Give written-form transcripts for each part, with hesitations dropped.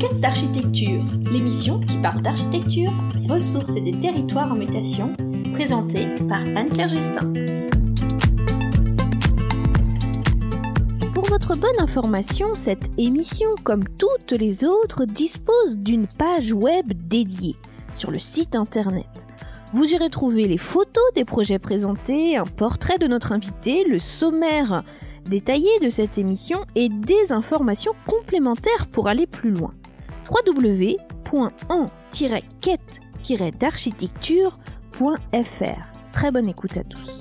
Quête d'architecture, l'émission qui parle d'architecture, des ressources et des territoires en mutation, présentée par Anne-Claire Justin. Pour votre bonne information, cette émission, comme toutes les autres, dispose d'une page web dédiée sur le site internet. Vous irez trouver les photos des projets présentés, un portrait de notre invité, le sommaire détaillé de cette émission et des informations complémentaires pour aller plus loin. www.en-quête-d'architecture.fr. Très bonne écoute à tous.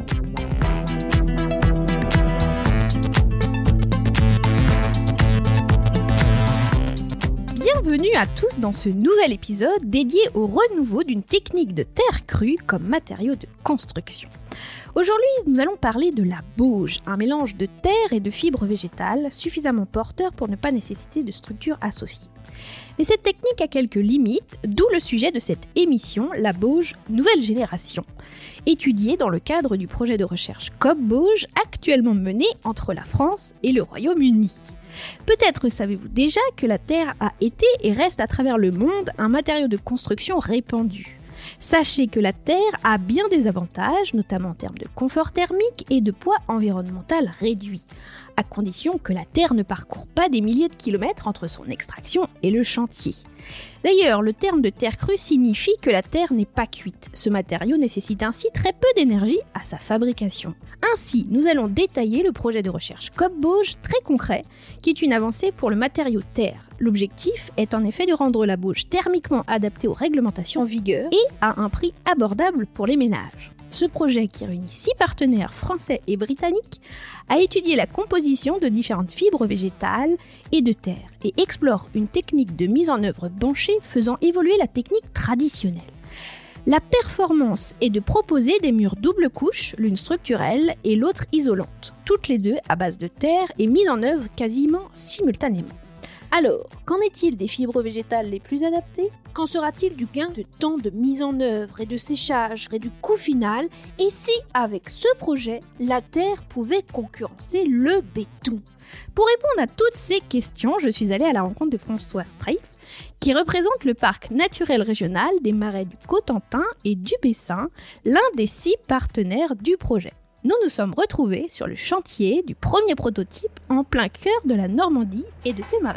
Bienvenue à tous dans ce nouvel épisode dédié au renouveau d'une technique de terre crue comme matériau de construction. Aujourd'hui, nous allons parler de la bauge, un mélange de terre et de fibres végétales suffisamment porteur pour ne pas nécessiter de structure associée. Mais cette technique a quelques limites, d'où le sujet de cette émission, la bauge nouvelle génération, étudiée dans le cadre du projet de recherche COP-Bauge actuellement mené entre la France et le Royaume-Uni. Peut-être savez-vous déjà que la terre a été et reste à travers le monde un matériau de construction répandu. Sachez que la terre a bien des avantages, notamment en termes de confort thermique et de poids environnemental réduit, à condition que la terre ne parcourt pas des milliers de kilomètres entre son extraction et le chantier. D'ailleurs, le terme de terre crue signifie que la terre n'est pas cuite. Ce matériau nécessite ainsi très peu d'énergie à sa fabrication. Ainsi, nous allons détailler le projet de recherche COP-Bauge très concret, qui est une avancée pour le matériau terre. L'objectif est en effet de rendre la bauge thermiquement adaptée aux réglementations en vigueur et à un prix abordable pour les ménages. Ce projet, qui réunit 6 partenaires français et britanniques, a étudié la composition de différentes fibres végétales et de terre et explore une technique de mise en œuvre banchée faisant évoluer la technique traditionnelle. La performance est de proposer des murs double couche, l'une structurelle et l'autre isolante, toutes les deux à base de terre et mises en œuvre quasiment simultanément. Alors, qu'en est-il des fibres végétales les plus adaptées ? Qu'en sera-t-il du gain de temps de mise en œuvre et de séchage et du coût final ? Et si, avec ce projet, la terre pouvait concurrencer le béton ? Pour répondre à toutes ces questions, je suis allée à la rencontre de François Streif, qui représente le parc naturel régional des Marais du Cotentin et du Bessin, l'un des 6 partenaires du projet. Nous nous sommes retrouvés sur le chantier du premier prototype en plein cœur de la Normandie et de ses marais.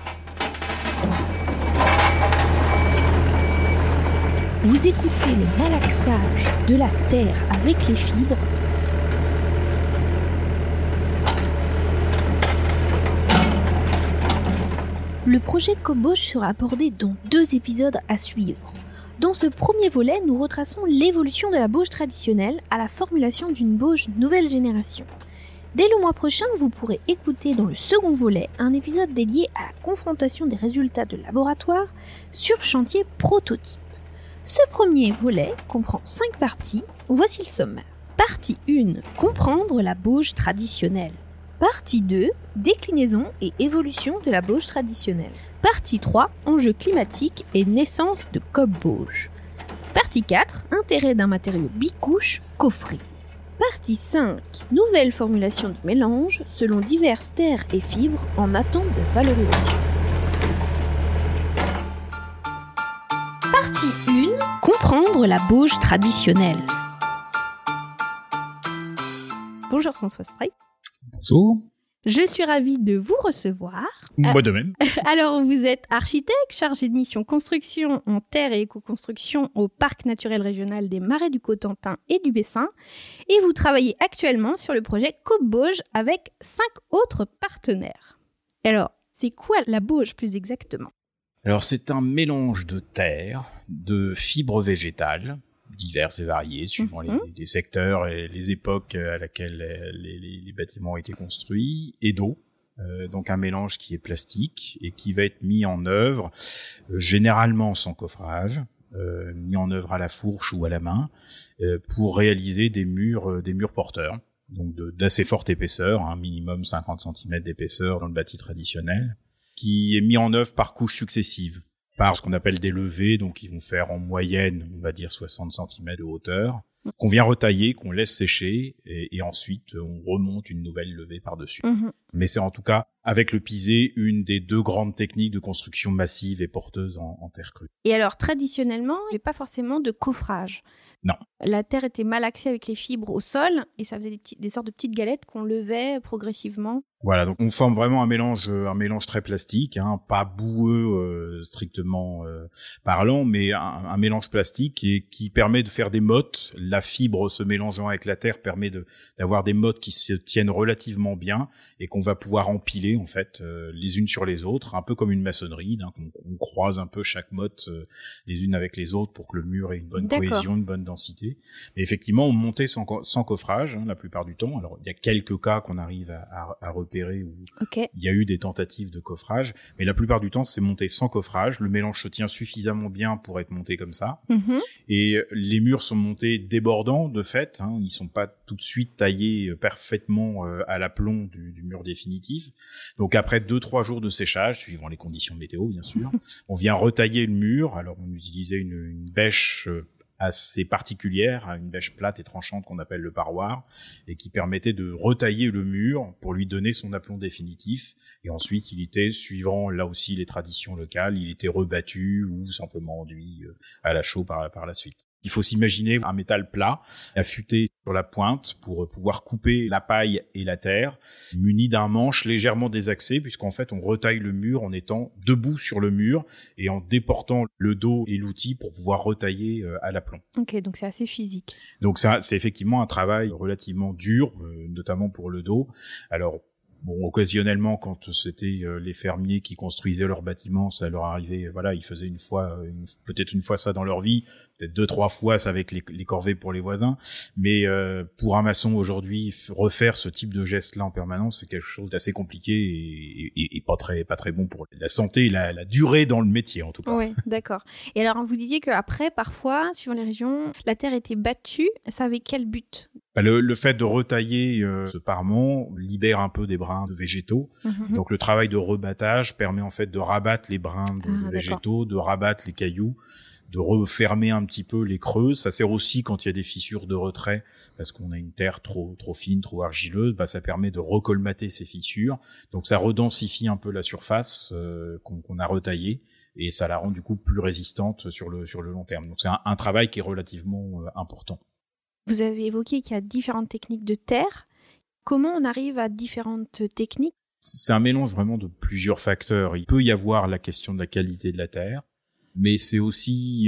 Vous écoutez le malaxage de la terre avec les fibres. Le projet COP-Bauge sera abordé dans 2 épisodes à suivre. Dans ce premier volet, nous retraçons l'évolution de la bauge traditionnelle à la formulation d'une bauge nouvelle génération. Dès le mois prochain, vous pourrez écouter dans le second volet un épisode dédié à la confrontation des résultats de laboratoire sur chantier prototype. Ce premier volet comprend 5 parties, voici le sommaire. Partie 1, comprendre la bauge traditionnelle. Partie 2, déclinaison et évolution de la bauge traditionnelle. Partie 3, enjeux climatiques et naissance de COP-Bauge. Partie 4, intérêt d'un matériau bicouche coffré. Partie 5, nouvelle formulation du mélange selon diverses terres et fibres en attente de valorisation. Partie 1, comprendre la bauge traditionnelle. Bonjour François Streif. Bonjour. Je suis ravie de vous recevoir. Moi de même. Alors, vous êtes architecte, chargé de mission construction en terre et éco-construction au Parc naturel régional des Marais du Cotentin et du Bessin. Et vous travaillez actuellement sur le projet COP-Bauge avec 5 autres partenaires. Alors, c'est quoi la bauge plus exactement ? Alors, c'est un mélange de terre, de fibres végétales, diverses et variées, suivant les secteurs et les époques à laquelle les bâtiments ont été construits, et d'eau. Donc un mélange qui est plastique et qui va être mis en œuvre, généralement sans coffrage, mis en œuvre à la fourche ou à la main, pour réaliser des murs porteurs, donc d'assez forte épaisseur, minimum 50 cm d'épaisseur dans le bâti traditionnel, qui est mis en œuvre par couches successives, par ce qu'on appelle des levées, donc ils vont faire en moyenne, on va dire 60 cm de hauteur, qu'on vient retailler, qu'on laisse sécher, et ensuite on remonte une nouvelle levée par-dessus. Mais c'est en tout cas, avec le pisé, une des 2 grandes techniques de construction massive et porteuse en terre crue. Et alors, traditionnellement, il n'y avait pas forcément de coffrage. Non. La terre était malaxée avec les fibres au sol, et ça faisait des sortes de petites galettes qu'on levait progressivement. Voilà, donc on forme vraiment un mélange très plastique, pas boueux strictement parlant, mais un mélange plastique qui permet de faire des mottes. La fibre se mélangeant avec la terre permet d'avoir des mottes qui se tiennent relativement bien et qu'on va pouvoir empiler en fait les unes sur les autres, un peu comme une maçonnerie, on croise un peu chaque motte les unes avec les autres pour que le mur ait une bonne cohésion, une bonne densité. Mais effectivement, on montait sans coffrage la plupart du temps. Alors il y a quelques cas qu'on arrive à repérer où il y a eu des tentatives de coffrage, mais la plupart du temps c'est monté sans coffrage. Le mélange se tient suffisamment bien pour être monté comme ça, et les murs sont montés débordants de fait, ils sont pas tout de suite taillés parfaitement à l'aplomb du mur définitif. Donc après 2-3 jours de séchage, suivant les conditions météo bien sûr, on vient retailler le mur. Alors on utilisait une bêche assez particulière, une bêche plate et tranchante qu'on appelle le parroir, et qui permettait de retailler le mur pour lui donner son aplomb définitif. Et ensuite, il était, suivant là aussi les traditions locales, il était rebattu ou simplement enduit à la chaux par la suite. Il faut s'imaginer un métal plat, affûté sur la pointe pour pouvoir couper la paille et la terre, muni d'un manche légèrement désaxé, puisqu'en fait on retaille le mur en étant debout sur le mur et en déportant le dos et l'outil pour pouvoir retailler à l'aplomb. Ok, donc c'est assez physique. Donc ça, c'est effectivement un travail relativement dur, notamment pour le dos. Alors, occasionnellement, quand c'était les fermiers qui construisaient leurs bâtiments, ça leur arrivait, ils faisaient peut-être une fois ça dans leur vie, peut-être 2-3 fois ça avec les corvées pour les voisins, mais pour un maçon aujourd'hui, refaire ce type de geste-là en permanence, c'est quelque chose d'assez compliqué et pas très bon pour la santé et la durée dans le métier en tout cas. Oui, d'accord. Et alors, vous disiez qu'après, parfois, suivant les régions, la terre était battue, ça avait quel but ? Le fait de retailler ce parement libère un peu des brins de végétaux. Donc le travail de rebattage permet en fait de rabattre les brins de végétaux, de rabattre les cailloux, de refermer un petit peu les creux. Ça sert aussi quand il y a des fissures de retrait, parce qu'on a une terre trop fine, trop argileuse, ça permet de recolmater ces fissures. Donc ça redensifie un peu la surface qu'on a retaillée, et ça la rend du coup plus résistante sur le long terme. Donc c'est un travail qui est relativement important. Vous avez évoqué qu'il y a différentes techniques de terre. Comment on arrive à différentes techniques ? C'est un mélange vraiment de plusieurs facteurs. Il peut y avoir la question de la qualité de la terre, mais c'est aussi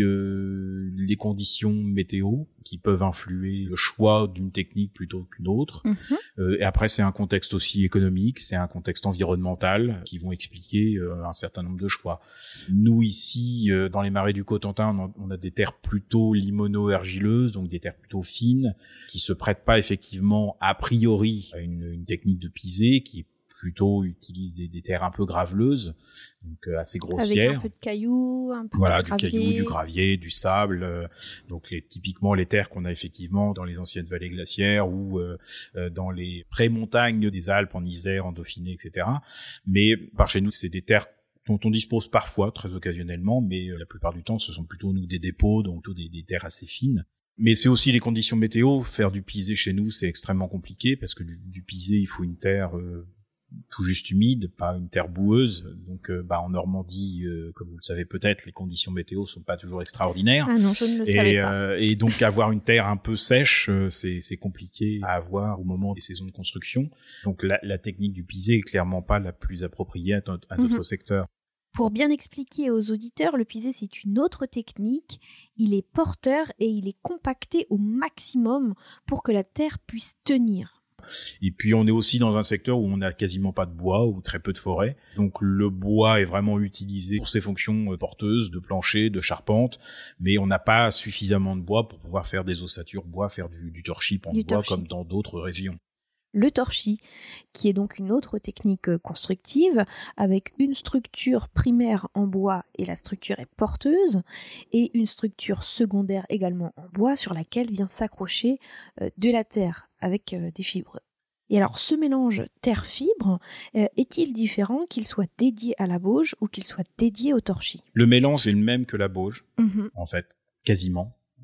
les conditions météo qui peuvent influer le choix d'une technique plutôt qu'une autre. Et après, c'est un contexte aussi économique, c'est un contexte environnemental qui vont expliquer un certain nombre de choix. Nous, ici, dans les marais du Cotentin, on a des terres plutôt limono-argileuses, donc des terres plutôt fines, qui se prêtent pas effectivement a priori à une technique de pisé qui plutôt utilise des terres un peu graveleuses, donc assez grossières. Avec un peu de cailloux, un peu de du cailloux, du gravier, du sable. Donc typiquement les terres qu'on a effectivement dans les anciennes vallées glaciaires ou dans les pré-montagnes des Alpes, en Isère, en Dauphiné, etc. Mais par chez nous, c'est des terres dont on dispose parfois, très occasionnellement, mais la plupart du temps, ce sont plutôt des dépôts, donc plutôt des terres assez fines. Mais c'est aussi les conditions météo. Faire du pisé chez nous, c'est extrêmement compliqué parce que du pisé, il faut une terre tout juste humide, pas une terre boueuse. Donc en Normandie, comme vous le savez peut-être, les conditions météo sont pas toujours extraordinaires. Ah non, je ne le savais pas. Et donc avoir une terre un peu sèche, c'est compliqué à avoir au moment des saisons de construction. Donc la technique du pisé est clairement pas la plus appropriée à notre secteur. Pour bien expliquer aux auditeurs, le pisé, c'est une autre technique. Il est porteur et il est compacté au maximum pour que la terre puisse tenir. Et puis on est aussi dans un secteur où on n'a quasiment pas de bois ou très peu de forêt. Donc le bois est vraiment utilisé pour ses fonctions porteuses de plancher, de charpente, mais on n'a pas suffisamment de bois pour pouvoir faire des ossatures bois, faire du torchis en bois comme dans d'autres régions. Le torchis, qui est donc une autre technique constructive, avec une structure primaire en bois et la structure est porteuse, et une structure secondaire également en bois sur laquelle vient s'accrocher de la terre avec des fibres. Et alors ce mélange terre-fibre, est-il différent qu'il soit dédié à la bauge ou qu'il soit dédié au torchis ? Le mélange est le même que la bauge, en fait, quasiment.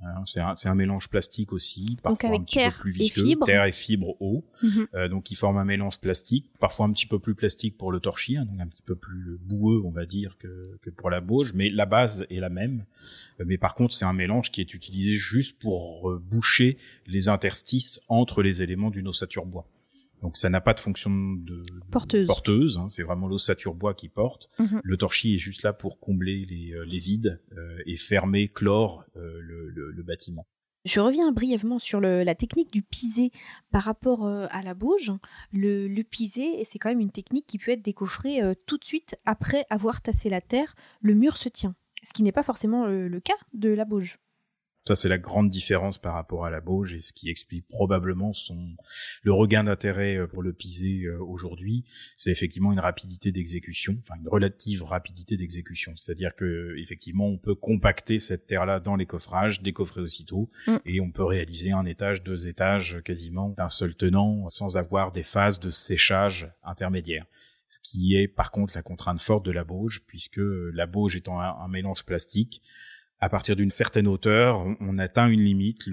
C'est un mélange plastique aussi, parfois avec un petit peu plus visqueux, terre et fibre eau. Donc il forme un mélange plastique, parfois un petit peu plus plastique pour le torchis, donc un petit peu plus boueux, on va dire, que pour la bauge, mais la base est la même. Mais par contre, c'est un mélange qui est utilisé juste pour boucher les interstices entre les éléments d'une ossature bois. Donc ça n'a pas de fonction de porteuse, c'est vraiment l'ossature bois qui porte. Le torchis est juste là pour combler les vides et fermer, clore le bâtiment. Je reviens brièvement sur la technique du pisé par rapport à la bauge. Le pisé, c'est quand même une technique qui peut être décoffrée tout de suite après avoir tassé la terre. Le mur se tient, ce qui n'est pas forcément le cas de la bauge. Ça, c'est la grande différence par rapport à la bauge et ce qui explique probablement le regain d'intérêt pour le pisé aujourd'hui. C'est effectivement une rapidité d'exécution, enfin une relative rapidité d'exécution. C'est-à-dire que effectivement, on peut compacter cette terre-là dans les coffrages, décoffrer aussitôt, et on peut réaliser un étage, 2 étages quasiment d'un seul tenant sans avoir des phases de séchage intermédiaires. Ce qui est par contre la contrainte forte de la bauge, puisque la bauge étant un mélange plastique, à partir d'une certaine hauteur, on atteint une limite,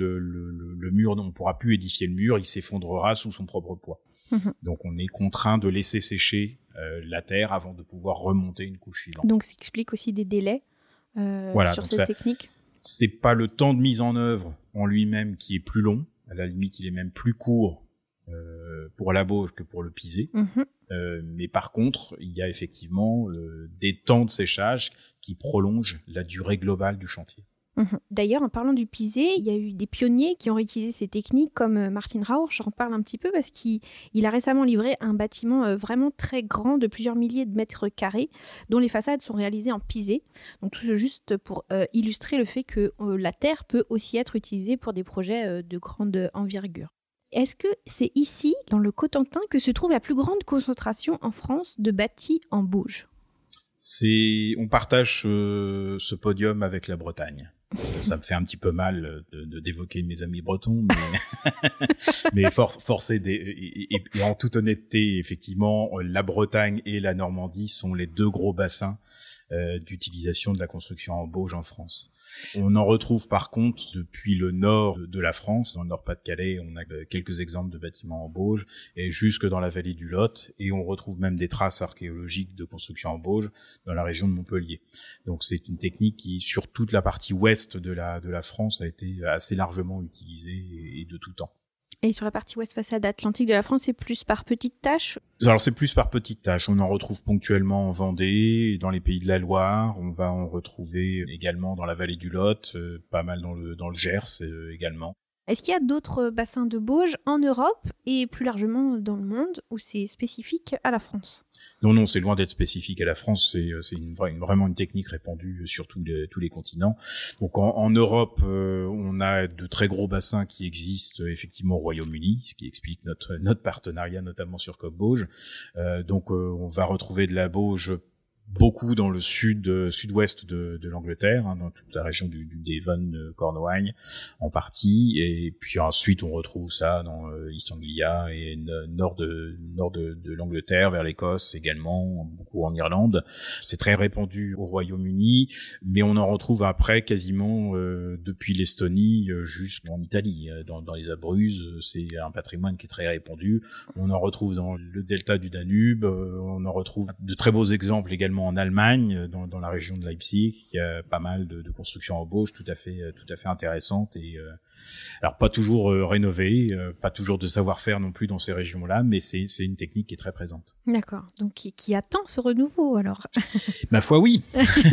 le mur, on ne pourra plus édifier le mur, il s'effondrera sous son propre poids. Donc on est contraint de laisser sécher la terre avant de pouvoir remonter une couche suivante. Donc ça explique aussi des délais sur cette technique. C'est pas le temps de mise en œuvre en lui-même qui est plus long, à la limite il est même plus court pour la bauge que pour le pisé. Mais par contre, il y a effectivement des temps de séchage qui prolongent la durée globale du chantier. D'ailleurs, en parlant du pisé, il y a eu des pionniers qui ont réutilisé ces techniques comme Martin Rauch. J'en parle un petit peu parce qu'il a récemment livré un bâtiment vraiment très grand de plusieurs milliers de mètres carrés dont les façades sont réalisées en pisé. Donc tout juste pour illustrer le fait que la terre peut aussi être utilisée pour des projets de grande envergure. Est-ce que c'est ici, dans le Cotentin, que se trouve la plus grande concentration en France de bâtis en bauge ? On partage ce podium avec la Bretagne. Ça me fait un petit peu mal d'évoquer mes amis bretons, mais force est et en toute honnêteté, effectivement, la Bretagne et la Normandie sont les 2 gros bassins d'utilisation de la construction en bauge en France. On en retrouve par contre depuis le nord de la France, dans le Nord-Pas-de-Calais, on a quelques exemples de bâtiments en bauge, et jusque dans la vallée du Lot, et on retrouve même des traces archéologiques de construction en bauge dans la région de Montpellier. Donc c'est une technique qui, sur toute la partie ouest de la France, a été assez largement utilisée et de tout temps. Et sur la partie ouest façade atlantique de la France, c'est plus par petites tâches ? Alors c'est plus par petites tâches. On en retrouve ponctuellement en Vendée, dans les pays de la Loire. On va en retrouver également dans la vallée du Lot, pas mal dans le Gers également. Est-ce qu'il y a d'autres bassins de bauge en Europe et plus largement dans le monde où c'est spécifique à la France ? Non, c'est loin d'être spécifique à la France. C'est vraiment une technique répandue sur tous les continents. Donc en Europe, on a de très gros bassins qui existent effectivement au Royaume-Uni, ce qui explique notre partenariat notamment sur Coq-Bauge. Donc on va retrouver de la bauge beaucoup dans le sud-ouest de l'Angleterre, dans toute la région du Devon, Cornouailles en partie, et puis ensuite on retrouve ça dans East Anglia et nord de l'Angleterre, vers l'Écosse également, beaucoup en Irlande. C'est très répandu au Royaume-Uni, mais on en retrouve après quasiment depuis l'Estonie jusqu'en Italie, dans les Abruzzes. C'est un patrimoine qui est très répandu. On en retrouve dans le delta du Danube, on en retrouve de très beaux exemples également en Allemagne, dans la région de Leipzig. Il y a pas mal de constructions en bauge tout à fait intéressantes et alors pas toujours rénovées, pas toujours de savoir-faire non plus dans ces régions-là, mais c'est une technique qui est très présente. D'accord, donc qui attend ce renouveau alors. Ma foi oui.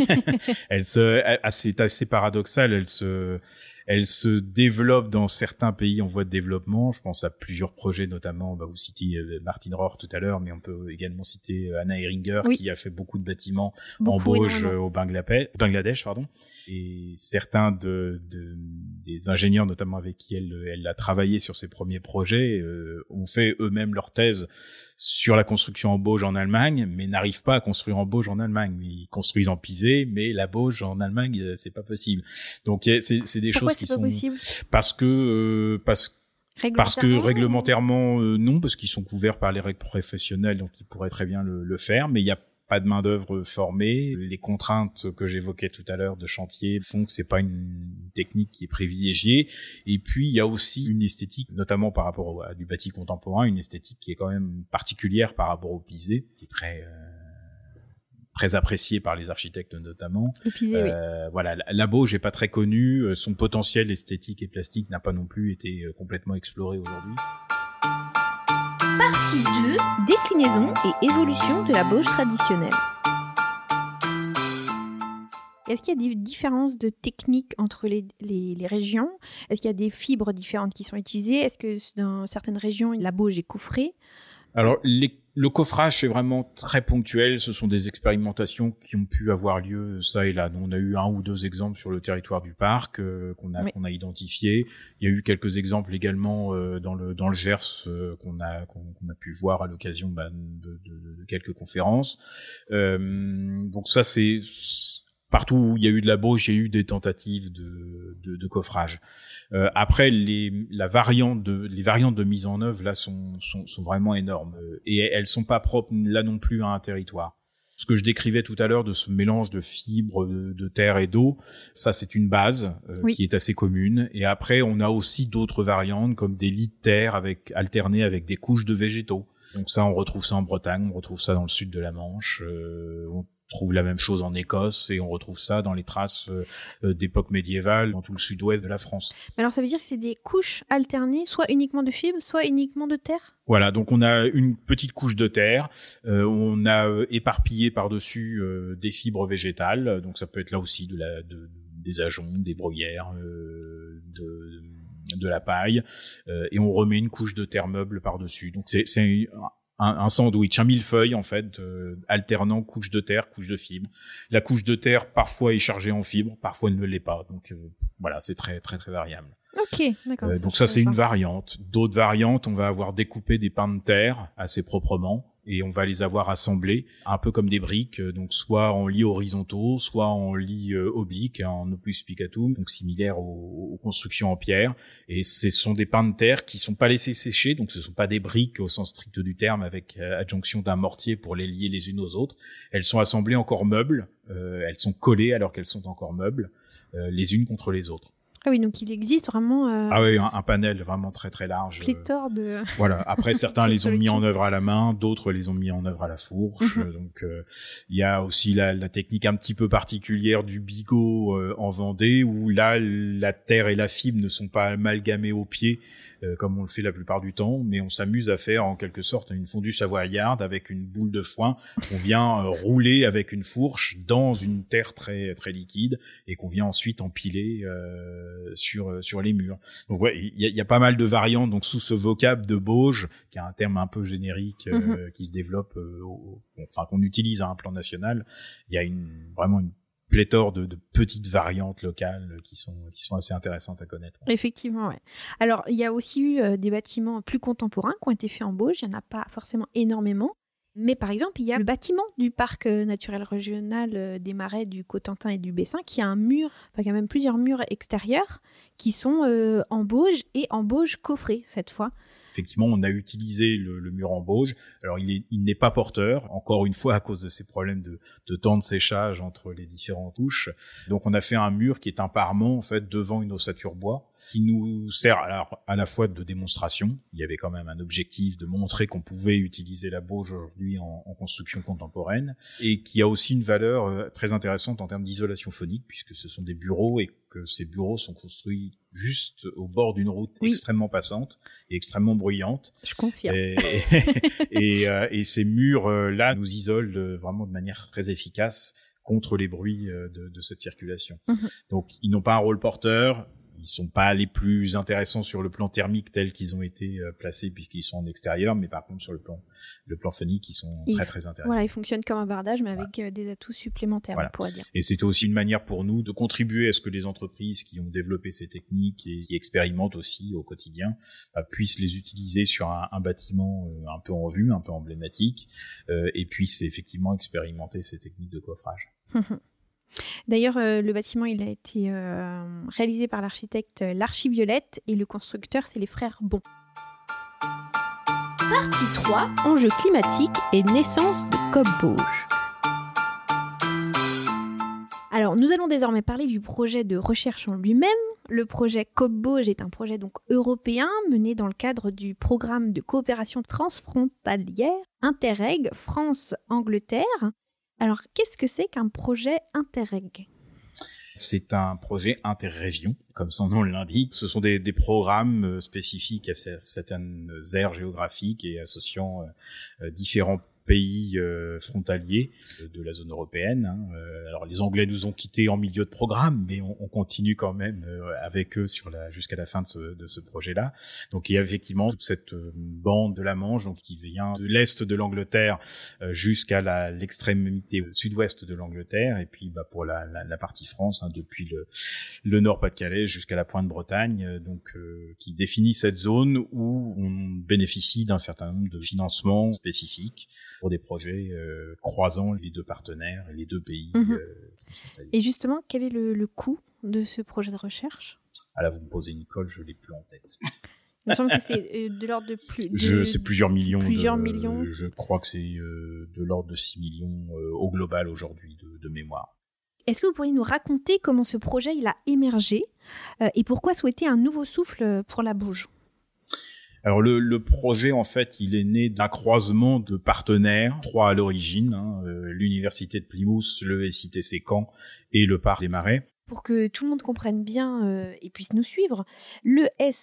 C'est assez paradoxal, elle se développe dans certains pays en voie de développement. Je pense à plusieurs projets, notamment, vous citiez Martin Rohr tout à l'heure, mais on peut également citer Anna Ehringer, oui, qui a fait beaucoup de bâtiments en bauge au Bangladesh, Et certains des ingénieurs, notamment avec qui elle a travaillé sur ses premiers projets, ont fait eux-mêmes leur thèse sur la construction en bauge en Allemagne, mais n'arrivent pas à construire en bauge en Allemagne. Ils construisent en pisé, mais la bauge en Allemagne, c'est pas possible. Donc c'est des choses qui sont possible parce que réglementairement non, parce qu'ils sont couverts par les règles professionnelles, donc ils pourraient très bien le faire, mais il y a pas de main d'œuvre formée. Les contraintes que j'évoquais tout à l'heure de chantier font que c'est pas une technique qui est privilégiée. Et puis il y a aussi une esthétique, notamment par rapport à du bâti contemporain, une esthétique qui est quand même particulière par rapport au pisé, qui est très apprécié par les architectes notamment. Le pisé, oui. Voilà, la Bauge est pas très connue, son potentiel esthétique et plastique n'a pas non plus été complètement exploré aujourd'hui. Partie 2, déclinaison et évolution de la Bauge traditionnelle. Est-ce qu'il y a des différences de technique entre les régions ? Est-ce qu'il y a des fibres différentes qui sont utilisées ? Est-ce que dans certaines régions, la Bauge est coffrée ? Alors, le coffrage, c'est vraiment très ponctuel. Ce sont des expérimentations qui ont pu avoir lieu ça et là. Nous, on a eu 1 ou 2 exemples sur le territoire du parc qu'on a identifié. Il y a eu quelques exemples également dans le Gers qu'on a pu voir à l'occasion de quelques conférences. Donc ça, c'est partout où il y a eu de la Bauge, il y a eu des tentatives de coffrage. Après, les variantes de mise en œuvre là sont vraiment énormes et elles sont pas propres là non plus à un territoire. Ce que je décrivais tout à l'heure de ce mélange de fibres, de terre et d'eau, ça c'est une base qui est assez commune. Et après, on a aussi d'autres variantes comme des lits de terre alternés avec des couches de végétaux. Donc ça, on retrouve ça en Bretagne, on retrouve ça dans le sud de la Manche. On trouve la même chose en Écosse et on retrouve ça dans les traces d'époque médiévale dans tout le sud-ouest de la France. Alors ça veut dire que c'est des couches alternées, soit uniquement de fibres, soit uniquement de terre ? Voilà, donc on a une petite couche de terre, on a éparpillé par-dessus des fibres végétales, donc ça peut être là aussi des ajoncs, des bruyères, de la paille, et on remet une couche de terre meuble par-dessus. Donc c'est un sandwich, un millefeuille en fait, alternant couche de terre, couche de fibres. La couche de terre parfois est chargée en fibres, parfois elle ne l'est pas. Donc voilà, c'est très très très variable. Ok, d'accord. Donc ça c'est une variante. D'autres variantes, on va avoir découpé des pains de terre assez proprement et on va les avoir assemblés un peu comme des briques, donc soit en lits horizontaux, soit en lits obliques, en opus spicatum, donc similaire aux constructions en pierre. Et ce sont des pains de terre qui sont pas laissés sécher, donc ce sont pas des briques au sens strict du terme avec adjonction d'un mortier pour les lier les unes aux autres. Elles sont assemblées encore meubles, elles sont collées alors qu'elles sont encore meubles, les unes contre les autres. Ah oui, donc il existe vraiment ah oui, un panel vraiment très très large. Pléthore de... Voilà. Après, certains les ont mis en œuvre à la main, d'autres les ont mis en œuvre à la fourche. Donc, il y a aussi la technique un petit peu particulière du bigot en Vendée, où là, la terre et la fibre ne sont pas amalgamées au pied, comme on le fait la plupart du temps, mais on s'amuse à faire en quelque sorte une fondue savoyarde avec une boule de foin qu'on vient rouler avec une fourche dans une terre très très liquide et qu'on vient ensuite empiler sur les murs. Donc ouais, il y a pas mal de variantes donc sous ce vocable de Bauge qui est un terme un peu générique qui se développe qu'on utilise à un plan national. Il y a vraiment une pléthore de petites variantes locales qui sont assez intéressantes à connaître. Effectivement, ouais. Alors, il y a aussi eu des bâtiments plus contemporains qui ont été faits en Bauge. Il n'y en a pas forcément énormément. Mais par exemple, il y a le bâtiment du parc naturel régional des Marais, du Cotentin et du Bessin qui a un mur, enfin, qui a même plusieurs murs extérieurs qui sont en Bauge et en Bauge coffré cette fois. Effectivement, on a utilisé le mur en Bauge. Alors, il n'est pas porteur, encore une fois, à cause de ces problèmes de temps de séchage entre les différentes touches. Donc, on a fait un mur qui est un parement, en fait, devant une ossature bois, qui nous sert alors à la fois de démonstration. Il y avait quand même un objectif de montrer qu'on pouvait utiliser la Bauge aujourd'hui en construction contemporaine, et qui a aussi une valeur très intéressante en termes d'isolation phonique, puisque ce sont des bureaux et que ces bureaux sont construits juste au bord d'une route extrêmement passante et extrêmement bruyante. Je confirme. Et ces murs-là nous isolent vraiment de manière très efficace contre les bruits de cette circulation. Donc, ils n'ont pas un rôle porteur. Ils sont pas les plus intéressants sur le plan thermique tels qu'ils ont été placés puisqu'ils sont en extérieur, mais par contre sur le plan phonique, ils sont très très intéressants. Voilà, ils fonctionnent comme un bardage, mais avec des atouts supplémentaires, on pourrait dire. Et c'était aussi une manière pour nous de contribuer à ce que les entreprises qui ont développé ces techniques et qui expérimentent aussi au quotidien puissent les utiliser sur un bâtiment un peu en vue, un peu emblématique, et puissent effectivement expérimenter ces techniques de coffrage. D'ailleurs, le bâtiment il a été réalisé par l'architecte l'Archiviolette et le constructeur, c'est les frères Bon. Partie 3, enjeux climatiques et naissance de COP Bauge. Alors, nous allons désormais parler du projet de recherche en lui-même. Le projet COP-BAUGE est un projet donc européen mené dans le cadre du programme de coopération transfrontalière Interreg France-Angleterre. Alors, qu'est-ce que c'est qu'un projet Interreg ? C'est un projet interrégion, comme son nom l'indique. Ce sont des programmes spécifiques à certaines aires géographiques et associant différents pays frontaliers de la zone européenne. Alors les Anglais nous ont quittés en milieu de programme, mais on continue quand même avec eux jusqu'à la fin de ce projet-là. Donc il y a effectivement toute cette bande de la Manche, donc qui vient de l'est de l'Angleterre jusqu'à l'extrémité sud-ouest de l'Angleterre, et puis pour la partie France, depuis le Nord-Pas-de-Calais jusqu'à la pointe Bretagne, donc qui définit cette zone où on bénéficie d'un certain nombre de financements spécifiques pour des projets croisant les deux partenaires et les deux pays. Et justement, quel est le coût de ce projet de recherche ? Ah là, vous me posez Nicole, je l'ai plus en tête. Il me semble que c'est de l'ordre de c'est plusieurs millions. Millions. Je crois que c'est de l'ordre de 6 millions au global aujourd'hui de mémoire. Est-ce que vous pourriez nous raconter comment ce projet il a émergé et pourquoi souhaiter un nouveau souffle pour la Bauge ? Alors le projet, en fait, il est né d'un croisement de partenaires, 3 à l'origine, l'université de Plymouth, le SITC Caen et le Parc des Marais. Pour que tout le monde comprenne bien et puisse nous suivre, le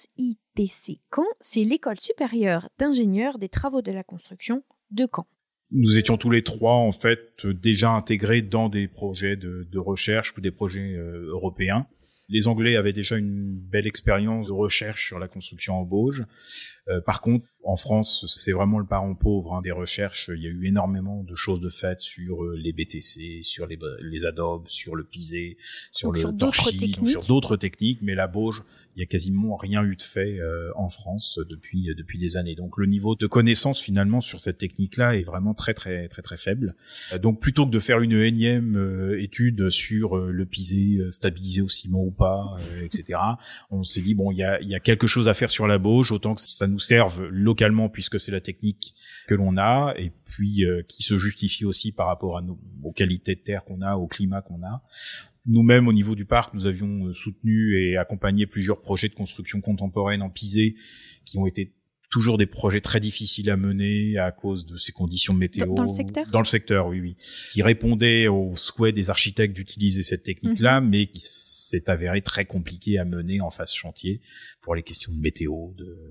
SITC Caen, c'est l'école supérieure d'ingénieurs des travaux de la construction de Caen. Nous étions tous les 3, en fait, déjà intégrés dans des projets de recherche ou des projets européens. Les Anglais avaient déjà une belle expérience de recherche sur la construction en Bauge. Par contre, en France, c'est vraiment le parent pauvre des recherches. Il y a eu énormément de choses de faites sur les BTC, sur les adobes, sur le pisé, sur d'autres techniques. Mais la Bauge, il y a quasiment rien eu de fait en France depuis des années. Donc le niveau de connaissance finalement sur cette technique-là est vraiment très très très très faible. Donc plutôt que de faire une énième étude sur le pisé stabilisé au ciment ou pas, etc., on s'est dit il y a quelque chose à faire sur la Bauge, autant que ça nous serve localement puisque c'est la technique que l'on a, et puis qui se justifie aussi par rapport aux qualités de terre qu'on a, au climat qu'on a. Nous-mêmes, au niveau du parc, nous avions soutenu et accompagné plusieurs projets de construction contemporaine en pisé qui ont été toujours des projets très difficiles à mener à cause de ces conditions de météo. Dans le secteur ? Dans le secteur, oui. Qui répondaient aux souhaits des architectes d'utiliser cette technique-là, mais qui s'est avéré très compliqué à mener en phase chantier pour les questions de météo,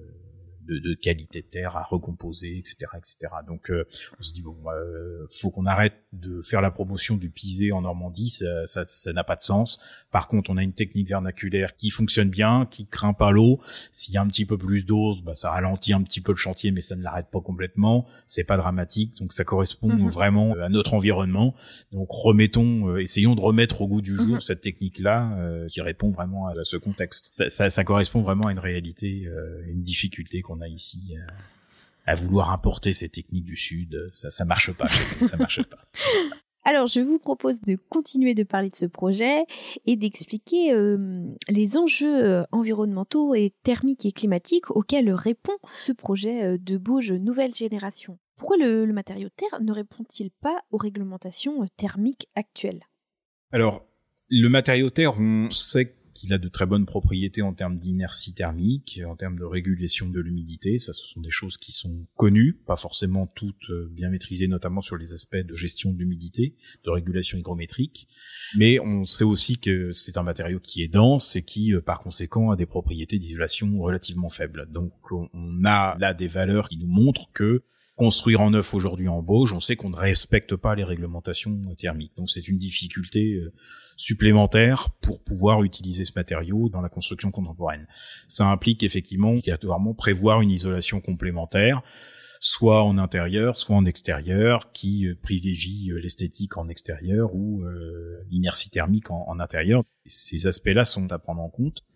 de qualité de terre à recomposer, etc., etc. Donc, on se dit faut qu'on arrête de faire la promotion du pisé en Normandie, ça n'a pas de sens. Par contre, on a une technique vernaculaire qui fonctionne bien, qui craint pas l'eau. S'il y a un petit peu plus d'eau, ça ralentit un petit peu le chantier, mais ça ne l'arrête pas complètement. C'est pas dramatique, donc ça correspond vraiment à notre environnement. Donc, essayons de remettre au goût du jour cette technique-là qui répond vraiment à ce contexte. Ça correspond vraiment à une réalité, une difficulté qu'on a ici à vouloir importer ces techniques du Sud. Ça marche pas chez nous, ça marche pas. Alors, je vous propose de continuer de parler de ce projet et d'expliquer les enjeux environnementaux et thermiques et climatiques auxquels répond ce projet de Bauge nouvelle génération. Pourquoi le matériau terre ne répond-il pas aux réglementations thermiques actuelles ? Alors, le matériau terre, on sait qu'il a de très bonnes propriétés en termes d'inertie thermique, en termes de régulation de l'humidité. Ça, ce sont des choses qui sont connues, pas forcément toutes bien maîtrisées, notamment sur les aspects de gestion de l'humidité, de régulation hygrométrique. Mais on sait aussi que c'est un matériau qui est dense et qui, par conséquent, a des propriétés d'isolation relativement faibles. Donc, on a là des valeurs qui nous montrent que construire en neuf aujourd'hui en Bauge, on sait qu'on ne respecte pas les réglementations thermiques. Donc c'est une difficulté supplémentaire pour pouvoir utiliser ce matériau dans la construction contemporaine. Ça implique effectivement obligatoirement prévoir une isolation complémentaire, soit en intérieur, soit en extérieur, qui privilégie l'esthétique en extérieur ou l'inertie thermique en intérieur. Ces aspects-là sont à prendre en compte.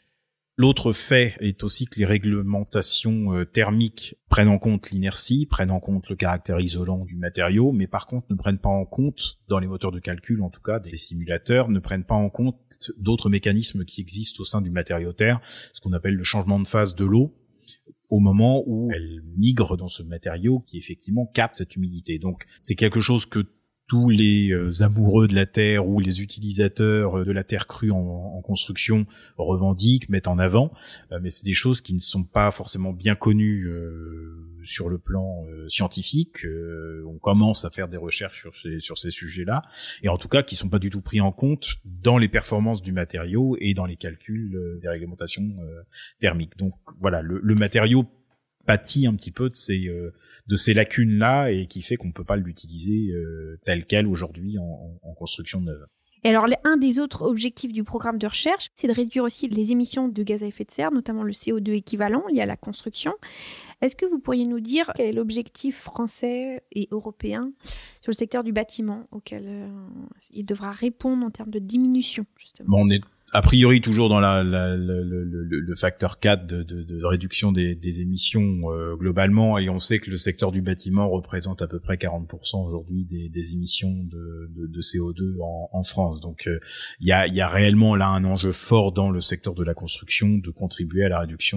L'autre fait est aussi que les réglementations thermiques prennent en compte l'inertie, prennent en compte le caractère isolant du matériau, mais par contre ne prennent pas en compte, dans les moteurs de calcul en tout cas, des simulateurs, ne prennent pas en compte d'autres mécanismes qui existent au sein du matériau terre, ce qu'on appelle le changement de phase de l'eau, au moment où elle migre dans ce matériau qui effectivement capte cette humidité. Donc c'est quelque chose que tous les amoureux de la terre ou les utilisateurs de la terre crue en construction revendiquent, mettent en avant, mais c'est des choses qui ne sont pas forcément bien connues sur le plan scientifique. On commence à faire des recherches sur ces sujets-là, et en tout cas qui sont pas du tout pris en compte dans les performances du matériau et dans les calculs des réglementations thermiques. Donc voilà, le matériau pâtit un petit peu de ces lacunes-là, et qui fait qu'on peut pas l'utiliser tel quel aujourd'hui en construction neuve. Et alors, un des autres objectifs du programme de recherche, c'est de réduire aussi les émissions de gaz à effet de serre, notamment le CO2 équivalent lié à la construction. Est-ce que vous pourriez nous dire quel est l'objectif français et européen sur le secteur du bâtiment auquel il devra répondre en termes de diminution, justement? Bon, on est a priori toujours dans le facteur 4 de réduction des émissions globalement, et on sait que le secteur du bâtiment représente à peu près 40% aujourd'hui des émissions de CO2 en France. Donc il y a réellement là un enjeu fort dans le secteur de la construction de contribuer à la réduction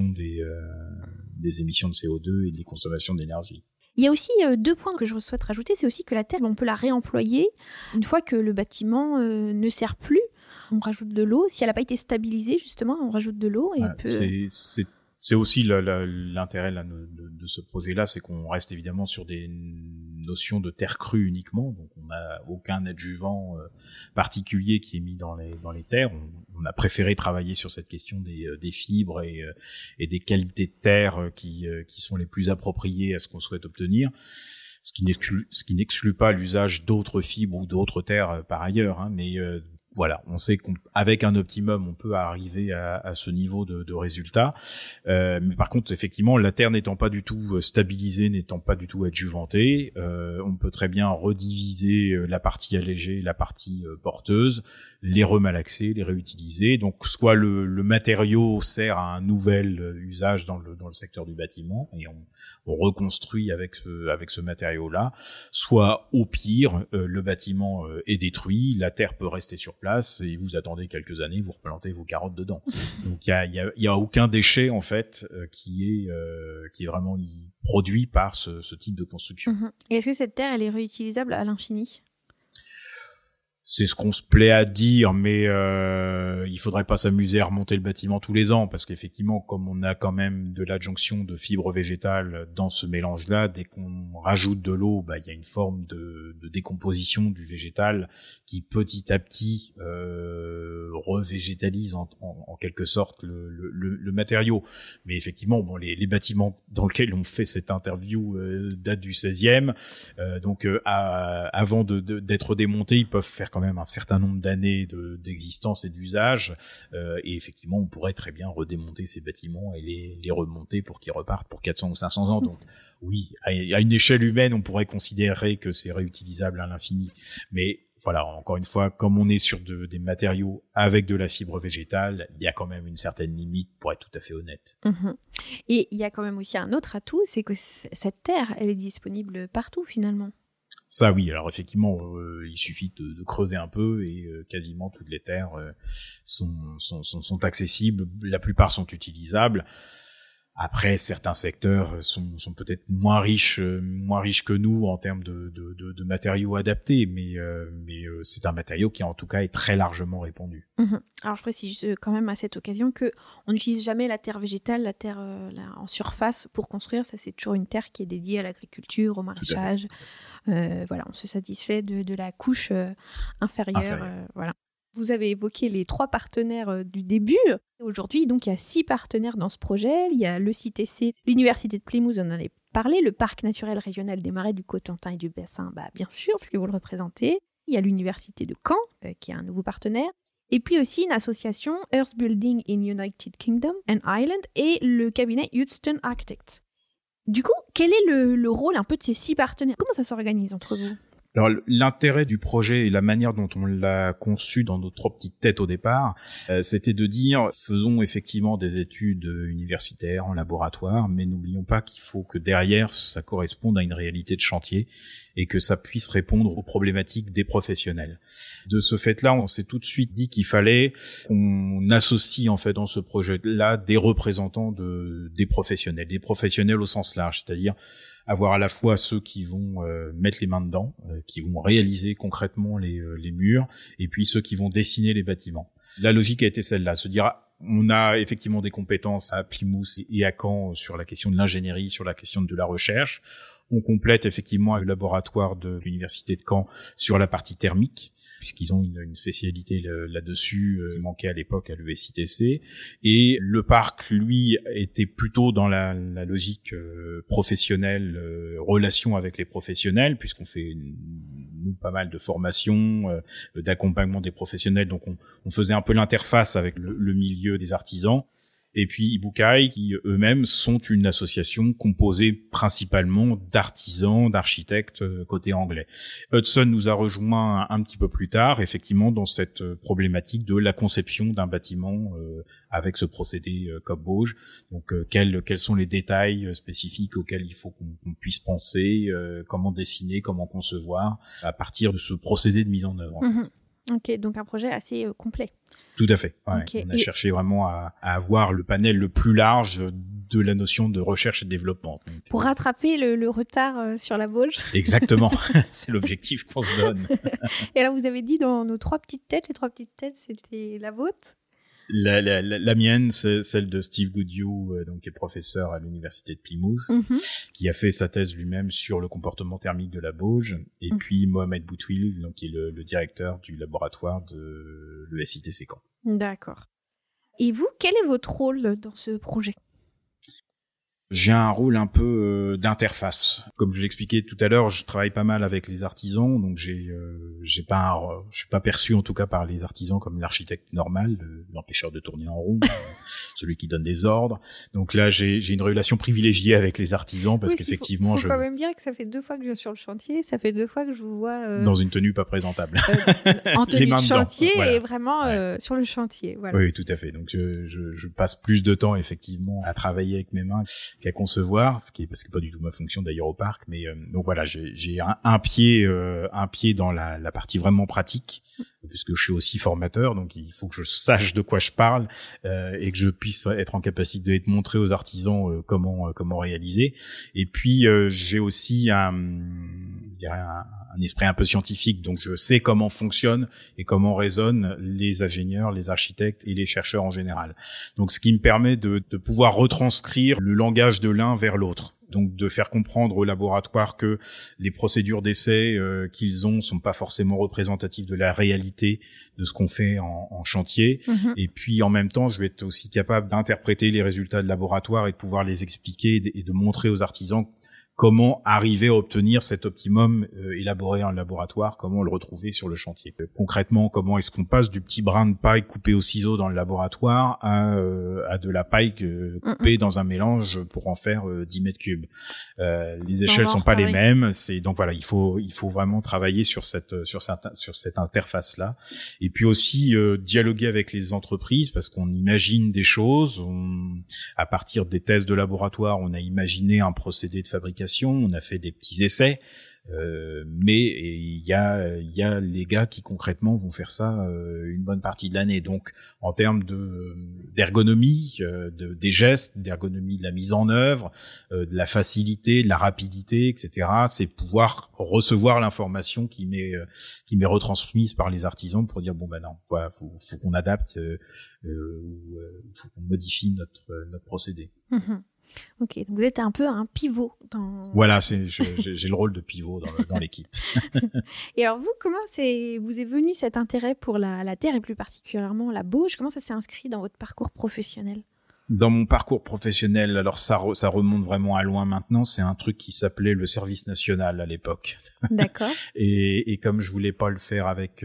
des émissions de CO2 et des consommations d'énergie. Il y a aussi 2 points que je souhaite rajouter, c'est aussi que la terre, on peut la réemployer une fois que le bâtiment ne sert plus. On rajoute de l'eau. Si elle n'a pas été stabilisée, justement, on rajoute de l'eau. Et voilà, c'est aussi l'intérêt là, de ce projet-là, c'est qu'on reste évidemment sur des notions de terre crue uniquement. Donc on n'a aucun adjuvant particulier qui est mis dans les terres. On a préféré travailler sur cette question des fibres et des qualités de terre qui sont les plus appropriées à ce qu'on souhaite obtenir. Ce qui n'exclut pas l'usage d'autres fibres ou d'autres terres par ailleurs, hein, mais voilà, on sait qu'avec un optimum, on peut arriver à ce niveau de résultat. Mais par contre, effectivement, la terre n'étant pas du tout stabilisée, n'étant pas du tout adjuvantée, on peut très bien rediviser la partie allégée, la partie porteuse, les remalaxer, les réutiliser. Donc, soit le matériau sert à un nouvel usage dans le secteur du bâtiment, et on reconstruit avec ce matériau-là, soit au pire, le bâtiment est détruit, la terre peut rester sur place, et vous attendez quelques années, vous replantez vos carottes dedans. Donc il y a aucun déchet en fait qui est vraiment produit par ce type de construction. Et est-ce que cette terre elle est réutilisable à l'infini ? C'est ce qu'on se plaît à dire, mais il faudrait pas s'amuser à remonter le bâtiment tous les ans, parce qu'effectivement, comme on a quand même de l'adjonction de fibres végétales dans ce mélange-là, dès qu'on rajoute de l'eau, il y a une forme de décomposition du végétal qui petit à petit revégétalise en quelque sorte le matériau. Mais effectivement, bon, les bâtiments dans lesquels on fait cette interview datent du 16e, donc avant d'être démontés, ils peuvent faire quand même un certain nombre d'années d'existence et d'usage, et effectivement on pourrait très bien redémonter ces bâtiments et les remonter pour qu'ils repartent pour 400 ou 500 ans. Donc oui, à une échelle humaine on pourrait considérer que c'est réutilisable à l'infini, mais voilà, encore une fois, comme on est sur des matériaux avec de la fibre végétale, il y a quand même une certaine limite, pour être tout à fait honnête. Et il y a quand même aussi un autre atout, c'est que cette terre elle est disponible partout finalement. Ça oui, alors effectivement, il suffit de creuser un peu et quasiment toutes les terres sont accessibles, la plupart sont utilisables. Après, certains secteurs sont peut-être moins riches que nous en termes de matériaux adaptés, mais c'est un matériau qui en tout cas est très largement répandu. Alors je précise quand même à cette occasion que on n'utilise jamais la terre végétale, la terre en surface pour construire. Ça, c'est toujours une terre qui est dédiée à l'agriculture, au maraîchage. Voilà, on se satisfait de la couche inférieure. Voilà. Vous avez évoqué les 3 partenaires du début. Aujourd'hui, donc, il y a 6 partenaires dans ce projet. Il y a le CITEC, l'Université de Plymouth, on en a parlé, le Parc naturel régional des Marais du Cotentin et du Bessin, bien sûr, parce que vous le représentez. Il y a l'Université de Caen, qui est un nouveau partenaire. Et puis aussi une association, Earth Building in United Kingdom and Ireland, et le cabinet Houston Architects. Du coup, quel est le rôle un peu de ces 6 partenaires ? Comment ça s'organise entre vous ? Alors l'intérêt du projet et la manière dont on l'a conçu dans nos 3 petites têtes au départ, c'était de dire faisons effectivement des études universitaires en laboratoire, mais n'oublions pas qu'il faut que derrière ça corresponde à une réalité de chantier et que ça puisse répondre aux problématiques des professionnels. De ce fait-là, on s'est tout de suite dit qu'il fallait qu'on associe en fait dans ce projet-là des représentants des professionnels au sens large, c'est-à-dire avoir à la fois ceux qui vont mettre les mains dedans, qui vont réaliser concrètement les murs, et puis ceux qui vont dessiner les bâtiments. La logique a été celle-là, se dire on a effectivement des compétences à Plymouth et à Caen sur la question de l'ingénierie, sur la question de la recherche. On complète effectivement le laboratoire de l'université de Caen sur la partie thermique, puisqu'ils ont une spécialité là-dessus qui manquait à l'époque à l'ESITC. Et le parc, lui, était plutôt dans la logique professionnelle, relation avec les professionnels, puisqu'on fait nous pas mal de formations, d'accompagnement des professionnels. Donc on faisait un peu l'interface avec le milieu des artisans. Et puis Ibukai, qui eux-mêmes sont une association composée principalement d'artisans, d'architectes côté anglais. Hudson nous a rejoint un petit peu plus tard, effectivement, dans cette problématique de la conception d'un bâtiment avec ce procédé Cobb-Bauge. Donc, quels sont les détails spécifiques auxquels il faut qu'on puisse penser, comment dessiner, comment concevoir, à partir de ce procédé de mise en œuvre, en fait. Ok, donc un projet assez complet. Tout à fait. Ouais. Okay. On a cherché vraiment à avoir le panel le plus large de la notion de recherche et de développement. Donc, pour rattraper le retard sur la Bauge. Exactement. C'est l'objectif qu'on se donne. Et alors, vous avez dit dans nos 3 petites têtes, les 3 petites têtes, c'était la vôtre? La mienne, c'est celle de Steve Goodyew, donc qui est professeur à l'université de Plymouth, qui a fait sa thèse lui-même sur le comportement thermique de la Bauge, et puis Mohamed Boutwil, donc qui est le directeur du laboratoire de l'ESITC Caen. D'accord. Et vous, quel est votre rôle dans ce projet ? J'ai un rôle un peu d'interface. Comme je l'expliquais tout à l'heure, je travaille pas mal avec les artisans, donc je suis pas perçu en tout cas par les artisans comme l'architecte normal, l'empêcheur de tourner en rond, celui qui donne des ordres. Donc là, j'ai une relation privilégiée avec les artisans parce qu'effectivement, faut quand même dire que ça fait 2 fois que je suis sur le chantier, ça fait 2 fois que je vous vois dans une tenue pas présentable, en tenue de chantier voilà. Et vraiment sur le chantier. Voilà. Oui, tout à fait. Donc je passe plus de temps effectivement à travailler avec mes mains qu'à concevoir, parce que c'est pas du tout ma fonction d'ailleurs au parc, mais donc voilà, j'ai un pied dans la partie vraiment pratique, puisque je suis aussi formateur, donc il faut que je sache de quoi je parle et que je puisse être en capacité de montrer aux artisans comment réaliser. Et puis j'ai aussi un esprit un peu scientifique, donc je sais comment fonctionnent et comment résonnent les ingénieurs, les architectes et les chercheurs en général. Donc ce qui me permet de pouvoir retranscrire le langage de l'un vers l'autre. Donc de faire comprendre au laboratoire que les procédures d'essai qu'ils ont sont pas forcément représentatives de la réalité de ce qu'on fait en chantier. Et puis en même temps, je vais être aussi capable d'interpréter les résultats de laboratoire et de pouvoir les expliquer et de montrer aux artisans comment arriver à obtenir cet optimum élaboré en laboratoire, comment le retrouver sur le chantier. Concrètement, comment est-ce qu'on passe du petit brin de paille coupé au ciseau dans le laboratoire à de la paille coupée dans un mélange pour en faire 10 mètres cubes. Les échelles sont pas les mêmes, donc voilà, il faut vraiment travailler sur cette interface là, et puis aussi dialoguer avec les entreprises parce qu'on imagine des choses, à partir des tests de laboratoire, on a imaginé un procédé de fabrication. On a fait des petits essais, mais il y a les gars qui concrètement vont faire ça une bonne partie de l'année. Donc en termes d'ergonomie, des gestes, d'ergonomie de la mise en œuvre, de la facilité, de la rapidité, etc. C'est pouvoir recevoir l'information qui m'est retransmise par les artisans pour dire bon ben non, voilà, faut qu'on adapte, faut qu'on modifie notre procédé. Ok, donc vous êtes un peu un pivot dans... Voilà, j'ai le rôle de pivot dans l'équipe. Et alors vous, comment vous est venu cet intérêt pour la terre et plus particulièrement la Bauge? Comment ça s'est inscrit dans votre parcours professionnel? Dans mon parcours professionnel, alors ça remonte vraiment à loin maintenant, c'est un truc qui s'appelait le service national à l'époque. D'accord. Et comme je voulais pas le faire avec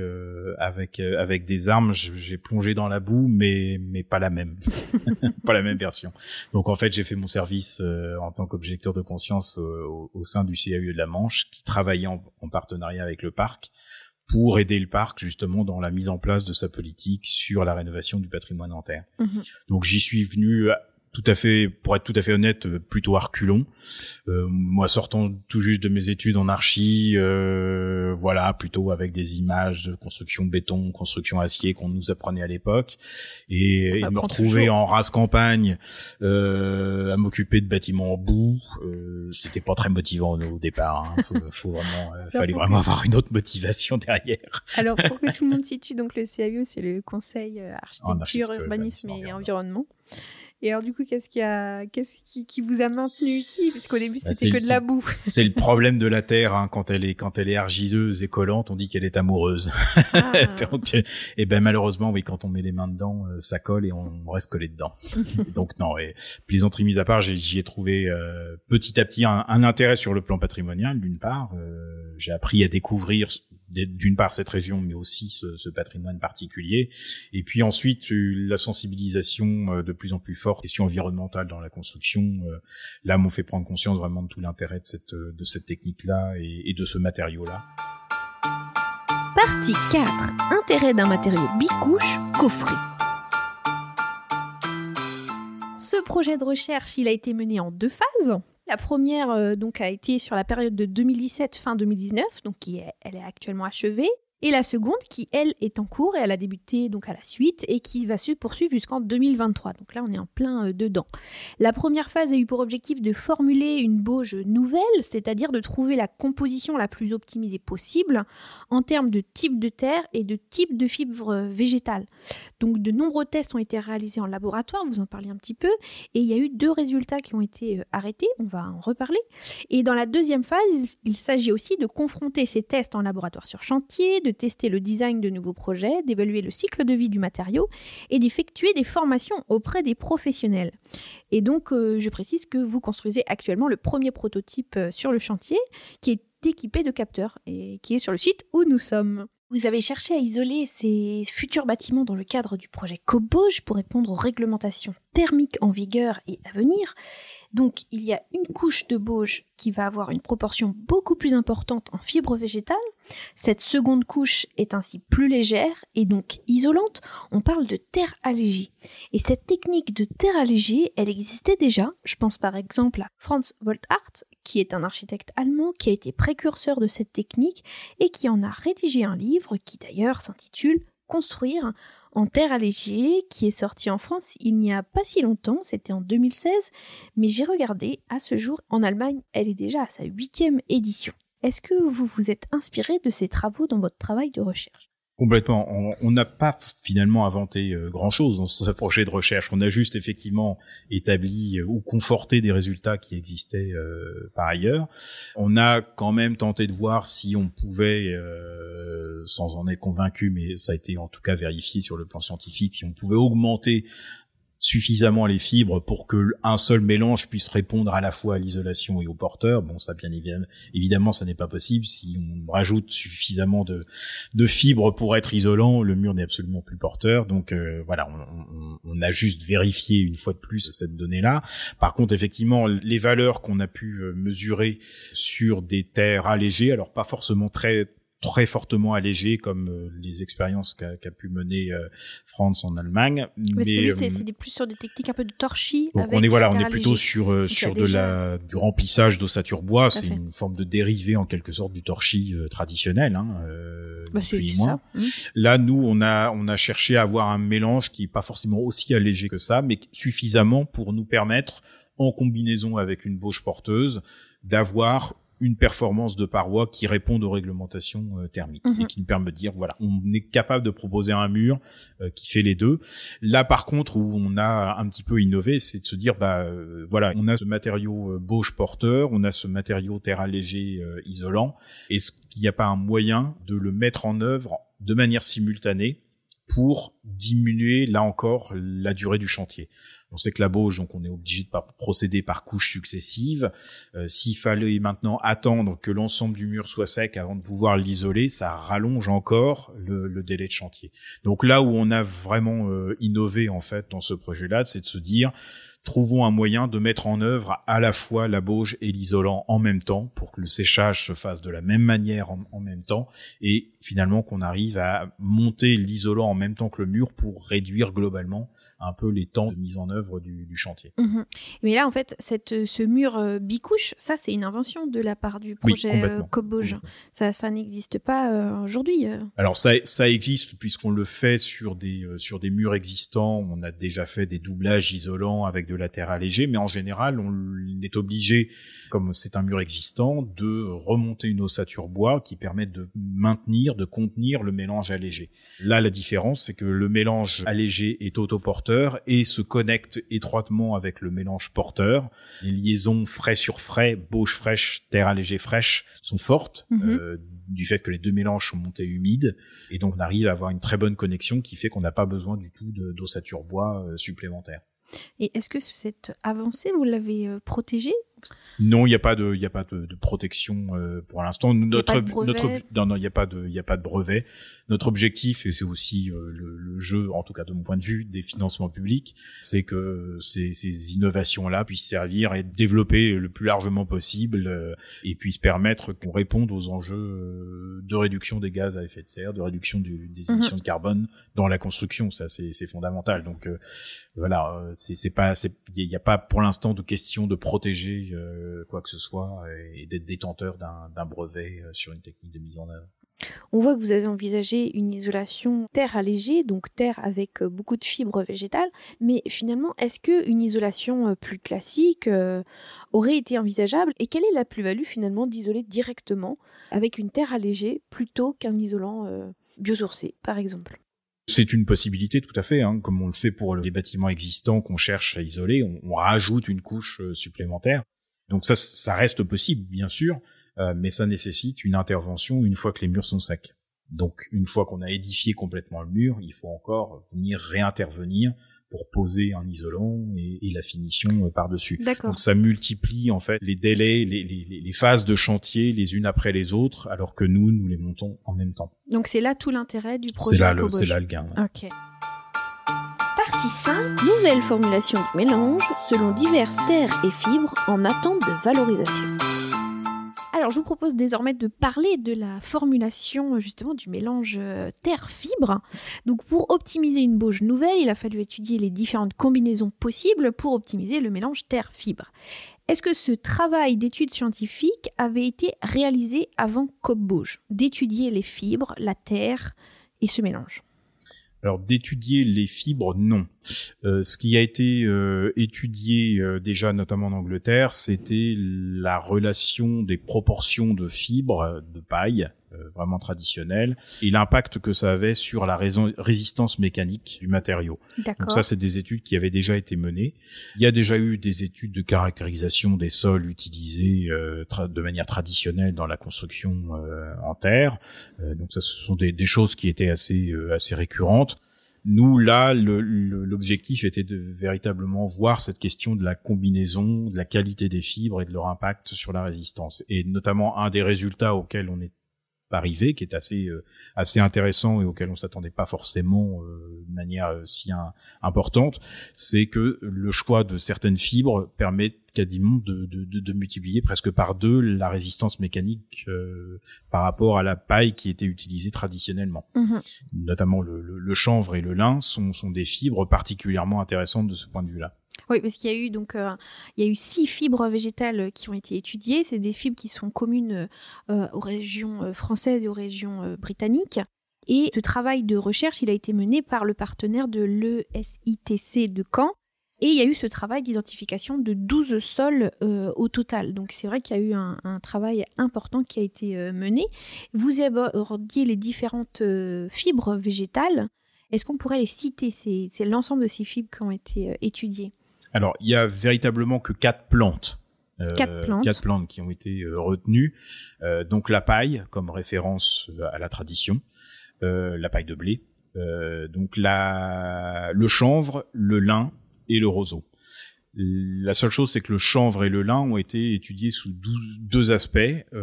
des armes, j'ai plongé dans la boue, mais pas la même. Pas la même version. Donc en fait, j'ai fait mon service en tant qu'objecteur de conscience au sein du CAUE de la Manche, qui travaillait en partenariat avec le parc pour aider le parc justement dans la mise en place de sa politique sur la rénovation du patrimoine en terre. Donc j'y suis venu pour être tout à fait honnête, plutôt à reculons. Moi, sortant tout juste de mes études en archi, plutôt avec des images de construction béton, construction acier qu'on nous apprenait à l'époque, et me retrouver en race campagne, à m'occuper de bâtiments en boue, c'était pas très motivant au départ. Hein. Fallait vraiment avoir une autre motivation derrière. Alors, pour que tout le monde situe, donc le CAUE, c'est le Conseil Architecture, Urbanisme et Environnement. Et alors du coup, qu'est-ce qui vous a maintenu ici? Parce qu'au début, c'était que de la boue. C'est le problème de la terre, hein. Quand elle est argileuse et collante, on dit qu'elle est amoureuse. Ah. Donc, malheureusement, oui, quand on met les mains dedans, ça colle et on reste collé dedans. Donc non, et plaisanterie mise à part, j'y ai trouvé petit à petit un intérêt sur le plan patrimonial, d'une part. J'ai appris à découvrir d'une part cette région, mais aussi ce patrimoine particulier. Et puis ensuite, la sensibilisation de plus en plus forte, question environnementale dans la construction, là m'ont fait prendre conscience vraiment de tout l'intérêt de cette technique-là et de ce matériau-là. Partie 4. Intérêt d'un matériau bicouche, coffret. Ce projet de recherche, il a été mené en 2 phases. La première a été sur la période de 2017, fin 2019, donc elle est actuellement achevée. Et la seconde qui, elle, est en cours et elle a débuté donc à la suite et qui va se poursuivre jusqu'en 2023. Donc là, on est en plein dedans. La première phase a eu pour objectif de formuler une bauge nouvelle, c'est-à-dire de trouver la composition la plus optimisée possible en termes de type de terre et de type de fibre végétale. Donc de nombreux tests ont été réalisés en laboratoire, vous en parliez un petit peu, et il y a eu 2 résultats qui ont été arrêtés, on va en reparler. Et dans la deuxième phase, il s'agit aussi de confronter ces tests en laboratoire sur chantier, de tester le design de nouveaux projets, d'évaluer le cycle de vie du matériau et d'effectuer des formations auprès des professionnels. Et donc, je précise que vous construisez actuellement le premier prototype sur le chantier qui est équipé de capteurs et qui est sur le site où nous sommes. Vous avez cherché à isoler ces futurs bâtiments dans le cadre du projet COBOGE pour répondre aux réglementations thermiques en vigueur et à venir. Donc, il y a une couche de bauge qui va avoir une proportion beaucoup plus importante en fibre végétale. Cette seconde couche est ainsi plus légère et donc isolante. On parle de terre allégée. Et cette technique de terre allégée, elle existait déjà. Je pense par exemple à Franz Volthardt, qui est un architecte allemand, qui a été précurseur de cette technique et qui en a rédigé un livre qui d'ailleurs s'intitule « Construire » en terre allégée, qui est sorti en France il n'y a pas si longtemps, c'était en 2016, mais j'ai regardé, à ce jour, en Allemagne, elle est déjà à sa 8e édition. Est-ce que vous vous êtes inspiré de ces travaux dans votre travail de recherche ? Complètement. On n'a pas finalement inventé grand-chose dans ce projet de recherche. On a juste effectivement établi ou conforté des résultats qui existaient par ailleurs. On a quand même tenté de voir si on pouvait, sans en être convaincu, mais ça a été en tout cas vérifié sur le plan scientifique, si on pouvait augmenter suffisamment les fibres pour que un seul mélange puisse répondre à la fois à l'isolation et au porteur. Bon, ça bien évidemment ça n'est pas possible. Si on rajoute suffisamment de fibres pour être isolant, le mur n'est absolument plus porteur. Donc on a juste vérifié une fois de plus cette donnée-là. Par contre, effectivement, les valeurs qu'on a pu mesurer sur des terres allégées, alors pas forcément très fortement allégé comme les expériences qu'a pu mener Franz en Allemagne. Parce que lui, c'est plus sur des techniques un peu de torchis. Donc on est plutôt sur du remplissage d'ossature bois. C'est une forme de dérivé en quelque sorte du torchis traditionnel, plus ou moins. Là, nous, on a cherché à avoir un mélange qui est pas forcément aussi allégé que ça, mais suffisamment pour nous permettre, en combinaison avec une bauge porteuse, d'avoir une performance de paroi qui réponde aux réglementations thermiques et qui nous permet de dire, voilà, on est capable de proposer un mur qui fait les deux. Là, par contre, où on a un petit peu innové, c'est de se dire, on a ce matériau bauge porteur, on a ce matériau terre allégée isolant. Est-ce qu'il n'y a pas un moyen de le mettre en œuvre de manière simultanée pour diminuer, là encore, la durée du chantier? On sait que la bauge, donc on est obligé de procéder par couches successives. S'il fallait maintenant attendre que l'ensemble du mur soit sec avant de pouvoir l'isoler, ça rallonge encore le délai de chantier. Donc là où on a vraiment innové en fait dans ce projet-là, c'est de se dire, trouvons un moyen de mettre en œuvre à la fois la bauge et l'isolant en même temps pour que le séchage se fasse de la même manière en même temps et finalement qu'on arrive à monter l'isolant en même temps que le mur pour réduire globalement un peu les temps de mise en œuvre œuvre du chantier. Mais là, en fait, ce mur bicouche, ça, c'est une invention de la part du projet Cobb-Bauge. Ça n'existe pas aujourd'hui. Alors ça existe puisqu'on le fait sur des murs existants. On a déjà fait des doublages isolants avec de la terre allégée, mais en général, on est obligé, comme c'est un mur existant, de remonter une ossature bois qui permet de contenir le mélange allégé. Là, la différence, c'est que le mélange allégé est autoporteur et se connecte étroitement avec le mélange porteur. Les liaisons frais sur frais, Bauge fraîche, terre allégée fraîche sont fortes du fait que les deux mélanges sont montés humides, et donc on arrive à avoir une très bonne connexion qui fait qu'on n'a pas besoin du tout d'ossature bois supplémentaire. Et est-ce que cette avancée, vous l'avez protégée ? Non, il y a pas de protection pour l'instant. Non, il n'y a pas de brevet. Notre objectif, et c'est aussi le jeu, en tout cas de mon point de vue, des financements publics, c'est que ces innovations-là puissent servir et développer le plus largement possible et puissent permettre qu'on réponde aux enjeux de réduction des gaz à effet de serre, de réduction des émissions de carbone dans la construction. Ça, c'est fondamental. Donc voilà, il n'y a pas pour l'instant de question de protéger quoi que ce soit et d'être détenteur d'un brevet sur une technique de mise en œuvre. On voit que vous avez envisagé une isolation terre allégée, donc terre avec beaucoup de fibres végétales, mais finalement, est-ce qu'une isolation plus classique aurait été envisageable, et quelle est la plus-value finalement d'isoler directement avec une terre allégée plutôt qu'un isolant biosourcé, par exemple ? C'est une possibilité tout à fait, comme on le fait pour les bâtiments existants qu'on cherche à isoler, on rajoute une couche supplémentaire. Donc ça reste possible, bien sûr, mais ça nécessite une intervention une fois que les murs sont secs. Donc une fois qu'on a édifié complètement le mur, il faut encore venir réintervenir pour poser un isolant et la finition par-dessus. D'accord. Donc ça multiplie en fait les délais, les phases de chantier les unes après les autres, alors que nous les montons en même temps. Donc c'est là tout l'intérêt du projet Cobb-Bauge. C'est là le gain. Ouais. Ok. Partie 5, nouvelle formulation de mélange selon diverses terres et fibres en attente de valorisation. Alors, je vous propose désormais de parler de la formulation justement du mélange terre-fibre. Donc, pour optimiser une bauge nouvelle, il a fallu étudier les différentes combinaisons possibles pour optimiser le mélange terre-fibre. Est-ce que ce travail d'étude scientifique avait été réalisé avant Cobb-Bauge, d'étudier les fibres, la terre et ce mélange ? Alors d'étudier les fibres, non. Ce qui a été étudié déjà notamment en Angleterre, c'était la relation des proportions de fibres de paille, vraiment traditionnelles, et l'impact que ça avait sur la résistance mécanique du matériau. D'accord. Donc ça, c'est des études qui avaient déjà été menées. Il y a déjà eu des études de caractérisation des sols utilisés de manière traditionnelle dans la construction en terre. Donc ça, ce sont des choses qui étaient assez récurrentes. Nous, là, l'objectif était de véritablement voir cette question de la combinaison, de la qualité des fibres et de leur impact sur la résistance. Et notamment, un des résultats auxquels on est arrivé, qui est assez intéressant et auquel on s'attendait pas forcément de manière si importante, c'est que le choix de certaines fibres permet quasiment de multiplier presque par 2 la résistance mécanique par rapport à la paille qui était utilisée traditionnellement. Notamment le chanvre et le lin sont des fibres particulièrement intéressantes de ce point de vue-là. Oui, parce qu'il y a eu il y a eu 6 fibres végétales qui ont été étudiées. C'est des fibres qui sont communes aux régions françaises et aux régions britanniques. Et ce travail de recherche, il a été mené par le partenaire de l'ESITC de Caen. Et il y a eu ce travail d'identification de 12 sols au total. Donc c'est vrai qu'il y a eu un travail important qui a été mené. Vous abordiez les différentes fibres végétales. Est-ce qu'on pourrait les citer ? C'est l'ensemble de ces fibres qui ont été étudiées. Alors, il y a véritablement que 4 plantes. 4 plantes qui ont été retenues. Donc la paille, comme référence à la tradition, la paille de blé. Donc le chanvre, le lin et le roseau. La seule chose, c'est que le chanvre et le lin ont été étudiés sous 2 aspects.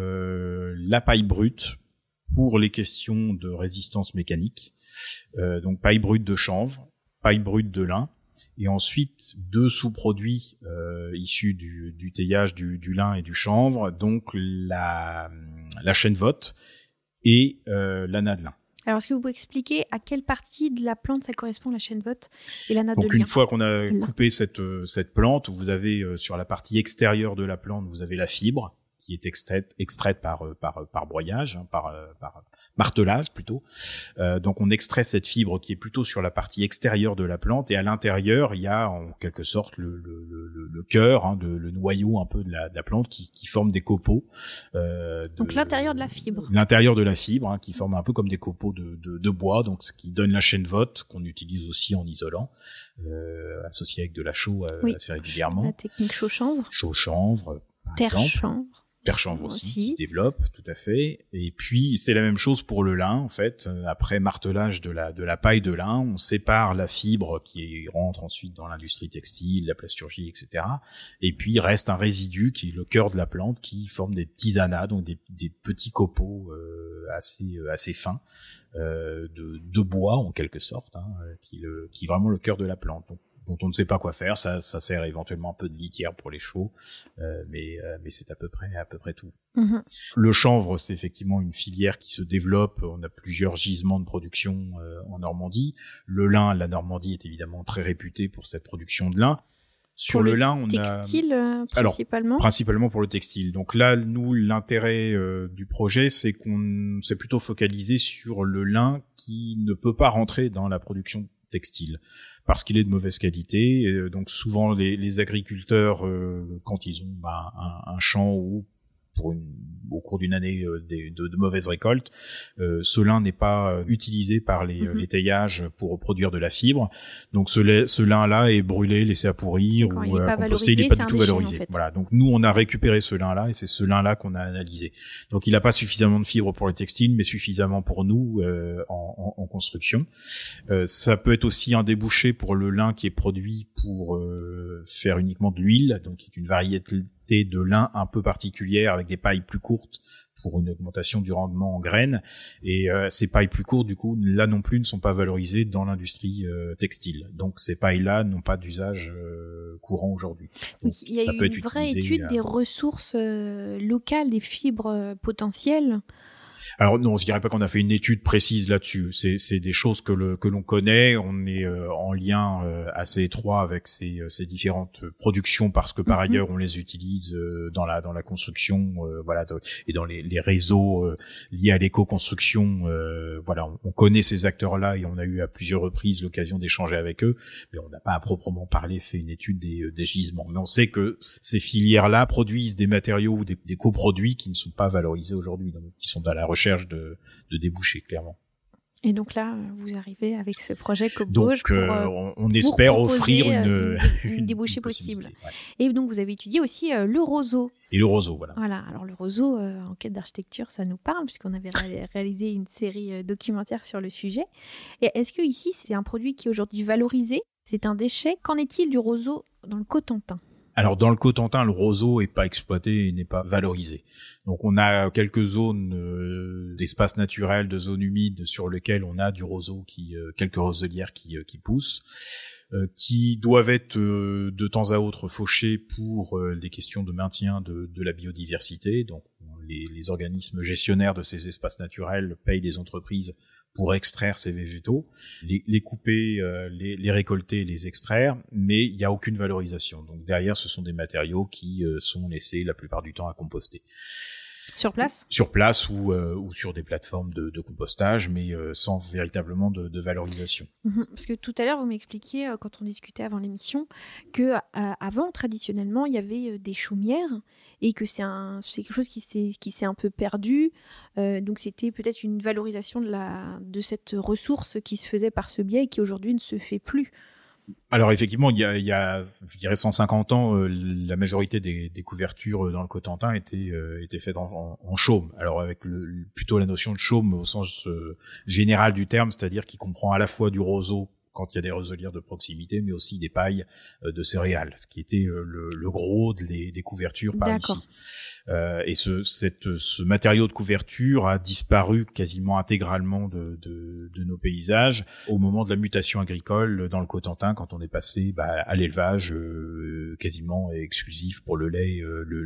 La paille brute, pour les questions de résistance mécanique. Donc paille brute de chanvre, paille brute de lin. Et ensuite 2 sous-produits issus du teillage du lin et du chanvre, donc la chêne-vote et la nadelin. Alors, est-ce que vous pouvez expliquer à quelle partie de la plante ça correspond, la chènevotte et la natte de Donc lien? une fois qu'on a coupé cette plante, vous avez sur la partie extérieure de la plante, vous avez la fibre qui est extraite par broyage, par martelage plutôt. Donc on extrait cette fibre qui est plutôt sur la partie extérieure de la plante, et à l'intérieur il y a en quelque sorte le cœur, le noyau un peu de la plante qui forme des copeaux. Donc l'intérieur de la fibre. L'intérieur de la fibre, qui forme un peu comme des copeaux de bois, donc ce qui donne la chènevotte qu'on utilise aussi en isolant, associé avec de la chaux assez régulièrement. La technique chaux-chanvre. Chaux-chanvre, par terre-chanvre. Terre-chanvre aussi, qui se développe, tout à fait. Et puis, c'est la même chose pour le lin, en fait. Après martelage de la paille de lin, on sépare la fibre qui rentre ensuite dans l'industrie textile, la plasturgie, etc. Et puis, il reste un résidu qui est le cœur de la plante, qui forme des petits annas, donc des petits copeaux assez fins, de bois, en quelque sorte, qui est vraiment le cœur de la plante. Donc, dont on ne sait pas quoi faire, ça sert éventuellement un peu de litière pour les chevaux, mais c'est à peu près tout. Mmh. Le chanvre, c'est effectivement une filière qui se développe. On a plusieurs gisements de production en Normandie. Le lin, la Normandie est évidemment très réputée pour cette production de lin. Sur le lin, on textile, principalement. Alors, principalement pour le textile. Donc là, nous, l'intérêt du projet, c'est qu'on s'est plutôt focalisé sur le lin qui ne peut pas rentrer dans la production textile parce qu'il est de mauvaise qualité. Et donc souvent les agriculteurs, quand ils ont un champ ou au cours d'une année de mauvaises récoltes, ce lin n'est pas utilisé par les teillages pour produire de la fibre. Donc ce lin-là est brûlé, laissé à pourrir ou composté, il n'est pas du tout valorisé. En fait. Voilà. Donc nous, on a récupéré ce lin-là et c'est ce lin-là qu'on a analysé. Donc il n'a pas suffisamment de fibres pour le textile, mais suffisamment pour nous en construction. Ça peut être aussi un débouché pour le lin qui est produit pour faire uniquement de l'huile, donc qui est une variété de lin un peu particulière avec des pailles plus courtes pour une augmentation du rendement en graines, et ces pailles plus courtes du coup là non plus ne sont pas valorisées dans l'industrie textile, donc ces pailles là n'ont pas d'usage courant aujourd'hui. Donc il y a une vraie étude des ressources locales, des fibres potentielles. Alors non, je dirais pas qu'on a fait une étude précise là-dessus. C'est des choses que l'on connaît. On est en lien assez étroit avec ces différentes productions parce que par ailleurs on les utilise dans la construction, et dans les réseaux liés à l'éco-construction. On connaît ces acteurs-là et on a eu à plusieurs reprises l'occasion d'échanger avec eux, mais on n'a pas à proprement parler fait une étude des gisements. Mais on sait que ces filières-là produisent des matériaux ou des coproduits qui ne sont pas valorisés aujourd'hui, donc qui sont dans la recherche de débouchés, clairement. Et donc là, vous arrivez avec ce projet Copbauge pour on espère offrir une débouchée possible. Ouais. Et donc vous avez étudié aussi le roseau. Et le roseau, voilà. Voilà. Alors le roseau, en quête d'architecture, ça nous parle puisqu'on avait réalisé une série documentaire sur le sujet. Et est-ce que ici, c'est un produit qui est aujourd'hui valorisé? C'est un déchet. Qu'en est-il du roseau dans le Cotentin? Alors dans le Cotentin, le roseau est pas exploité et n'est pas valorisé. Donc on a quelques zones d'espaces naturels, de zones humides sur lesquelles on a du roseau quelques roselières qui poussent, qui doivent être de temps à autre fauchées pour des questions de maintien de la biodiversité. Donc les organismes gestionnaires de ces espaces naturels payent des entreprises pour extraire ces végétaux, les couper, les récolter, les extraire, mais il n'y a aucune valorisation. Donc derrière, ce sont des matériaux qui sont laissés la plupart du temps à composter. Sur place ? Sur place ou sur des plateformes de compostage, mais sans véritablement de valorisation. Parce que tout à l'heure, vous m'expliquiez, quand on discutait avant l'émission, que avant, traditionnellement, il y avait des chaumières et que c'est quelque chose qui s'est un peu perdu. Donc c'était peut-être une valorisation de cette ressource qui se faisait par ce biais et qui aujourd'hui ne se fait plus. Alors effectivement, il y a je dirais 150 ans, la majorité des couvertures dans le Cotentin étaient faites en chaume. Alors avec plutôt la notion de chaume au sens général du terme, c'est-à-dire qui comprend à la fois du roseau quand il y a des roselières de proximité, mais aussi des pailles de céréales, ce qui était le gros des couvertures par ici. Et ce matériau de couverture a disparu quasiment intégralement de nos paysages au moment de la mutation agricole dans le Cotentin, quand on est passé à l'élevage quasiment exclusif pour le lait,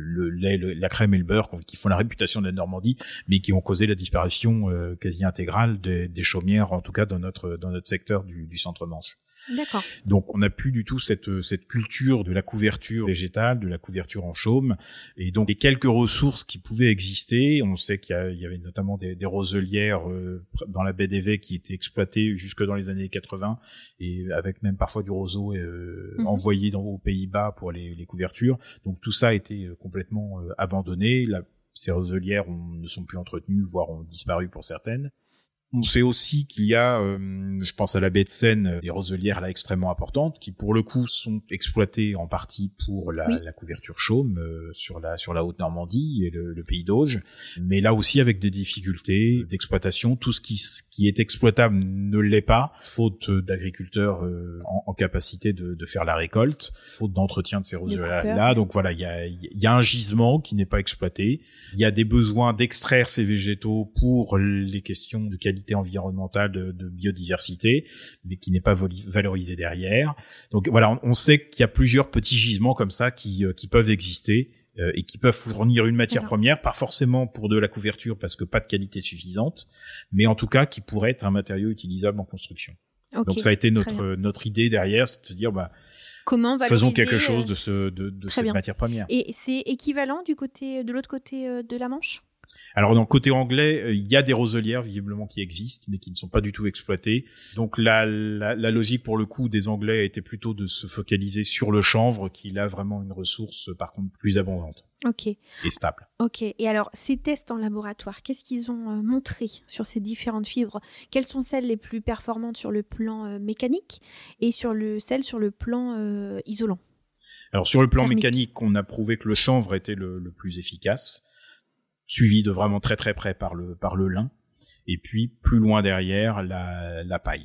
la crème et le beurre, qui font la réputation de la Normandie, mais qui ont causé la disparition quasi intégrale des chaumières, en tout cas dans notre secteur du centre-Manche. D'accord. Donc on n'a plus du tout cette culture de la couverture végétale, de la couverture en chaume, et donc les quelques ressources qui pouvaient exister, on sait qu'il y avait notamment des roselières dans la baie d'Évêque qui étaient exploitées jusque dans les années 80, et avec même parfois du roseau envoyé aux Pays-Bas pour les couvertures. Donc tout ça a été complètement abandonné. Ces roselières ne sont plus entretenues, voire ont disparu pour certaines. On sait aussi qu'il y a, je pense à la baie de Seine, des roselières là extrêmement importantes qui, pour le coup, sont exploitées en partie pour la couverture chaume sur la Haute-Normandie et le Pays d'Auge, mais là aussi avec des difficultés d'exploitation. Tout ce qui est exploitable ne l'est pas, faute d'agriculteurs en capacité de faire la récolte, faute d'entretien de ces roselières-là. Donc voilà, il y a un gisement qui n'est pas exploité. Il y a des besoins d'extraire ces végétaux pour les questions de qualité environnementale, de biodiversité, mais qui n'est pas valorisé derrière. Donc voilà, on sait qu'il y a plusieurs petits gisements comme ça qui peuvent exister et qui peuvent fournir une matière première, pas forcément pour de la couverture parce que pas de qualité suffisante, mais en tout cas qui pourrait être un matériau utilisable en construction. Okay. Donc ça a été notre idée derrière, c'est de se dire comment faisons quelque chose de cette matière première. Et c'est équivalent de l'autre côté de la Manche ? Alors, dans le côté anglais, il y a des roselières visiblement qui existent, mais qui ne sont pas du tout exploitées. Donc, la logique pour le coup des Anglais a été plutôt de se focaliser sur le chanvre, qui a vraiment une ressource, par contre, plus abondante. Ok. Et stable. Ok. Et alors, ces tests en laboratoire, qu'est-ce qu'ils ont montré sur ces différentes fibres ? Quelles sont celles les plus performantes sur le plan mécanique et celles sur le plan isolant ? Alors, sur le plan mécanique, on a prouvé que le chanvre était le plus efficace, suivi de vraiment très très près par le lin, et puis plus loin derrière la paille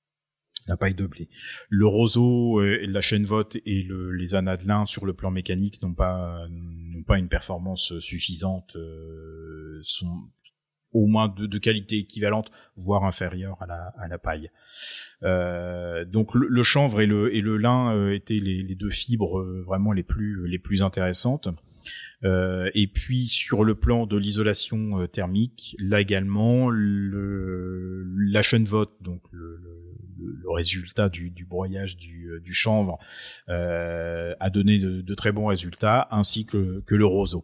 de blé. Le roseau, la chènevotte et les annas de lin sur le plan mécanique n'ont pas une performance suffisante, sont au moins de qualité équivalente, voire inférieure à la paille. Donc le chanvre et le lin étaient les deux fibres vraiment les plus intéressantes. Et puis sur le plan de l'isolation thermique, là également la chènevotte, donc le résultat du broyage du chanvre, a donné de très bons résultats, ainsi que le roseau.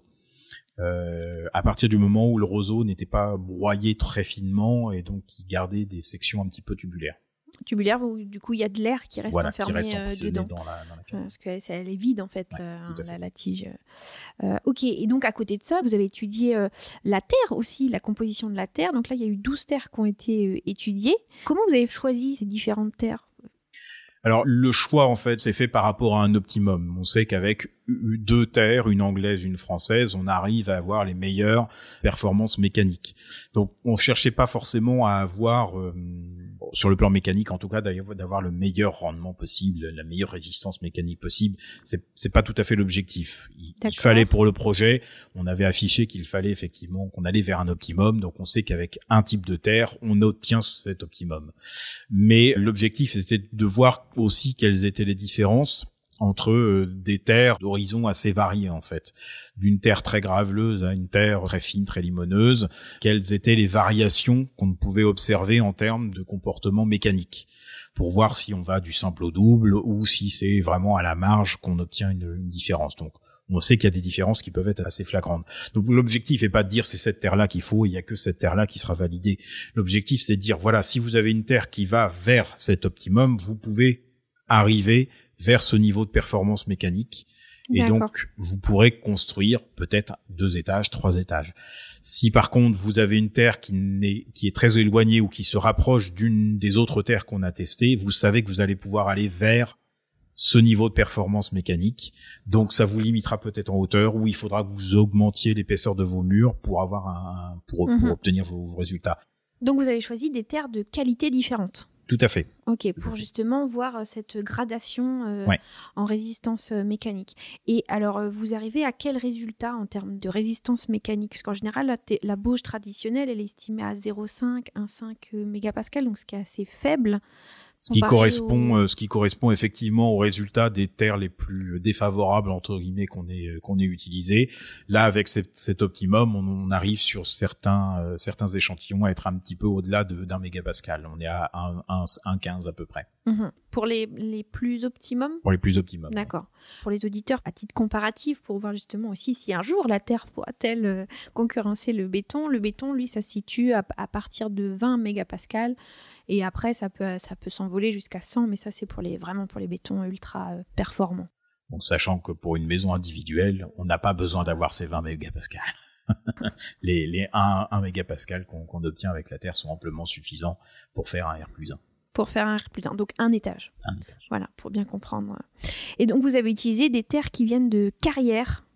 À partir du moment où le roseau n'était pas broyé très finement et donc il gardait des sections un petit peu tubulaires où du coup il y a de l'air qui reste enfermé dedans dans la parce que elle est vide en fait, la tige. Ok, et donc à côté de ça vous avez étudié la terre aussi, la composition de la terre. Donc là il y a eu 12 terres qui ont été étudiées. Comment vous avez choisi ces différentes terres ? Alors le choix en fait c'est fait par rapport à un optimum. On sait qu'avec 2 terres, une anglaise, une française, on arrive à avoir les meilleures performances mécaniques. Donc on cherchait pas forcément à avoir, sur le plan mécanique en tout cas, d'avoir le meilleur rendement possible, la meilleure résistance mécanique possible. C'est pas tout à fait l'objectif. Il fallait pour le projet, on avait affiché qu'il fallait effectivement qu'on allait vers un optimum. Donc on sait qu'avec un type de terre, on obtient cet optimum. Mais l'objectif c'était de voir aussi quelles étaient les différences entre des terres d'horizons assez variés en fait, d'une terre très graveleuse à une terre très fine, très limoneuse, quelles étaient les variations qu'on pouvait observer en termes de comportement mécanique, pour voir si on va du simple au double ou si c'est vraiment à la marge qu'on obtient une différence. Donc on sait qu'il y a des différences qui peuvent être assez flagrantes. Donc l'objectif est pas de dire c'est cette terre-là qu'il faut, il y a que cette terre-là qui sera validée. L'objectif c'est de dire voilà, si vous avez une terre qui va vers cet optimum, vous pouvez arriver vers ce niveau de performance mécanique. Et donc, vous pourrez construire peut-être 2 étages, 3 étages. Si par contre, vous avez une terre qui est très éloignée ou qui se rapproche d'une des autres terres qu'on a testées, vous savez que vous allez pouvoir aller vers ce niveau de performance mécanique. Donc, ça vous limitera peut-être en hauteur, ou il faudra que vous augmentiez l'épaisseur de vos murs pour obtenir vos résultats. Donc, vous avez choisi des terres de qualité différentes. Tout à fait. Ok, pour justement voir cette gradation Ouais. en résistance mécanique. Et alors, vous arrivez à quel résultat en termes de résistance mécanique? Parce qu'en général, la bauge traditionnelle, elle est estimée à 0,5, 1,5 mégapascal, donc ce qui est assez faible. Ce qui correspond effectivement aux résultats des terres les plus défavorables entre guillemets qu'on ait utilisés. Là, avec cet optimum, on arrive sur certains échantillons à être un petit peu au-delà d'un mégapascal. On est à 1,15 à peu près. Mmh. Pour les plus optimums? Pour les plus optimums. D'accord. Pour les auditeurs, à titre comparatif, pour voir justement aussi si un jour la Terre pourra-t-elle concurrencer le béton. Le béton, lui, ça se situe à partir de 20 mégapascal. Et après, ça peut s'envoler jusqu'à 100, mais ça, c'est vraiment pour les bétons ultra performants. Donc, sachant que pour une maison individuelle, on n'a pas besoin d'avoir ces 20 mégapascales. les 1 mégapascal qu'on obtient avec la Terre sont amplement suffisants pour faire un R+1. Pour faire un R+1, donc un étage. Un étage. Voilà, pour bien comprendre. Et donc, vous avez utilisé des terres qui viennent de carrières.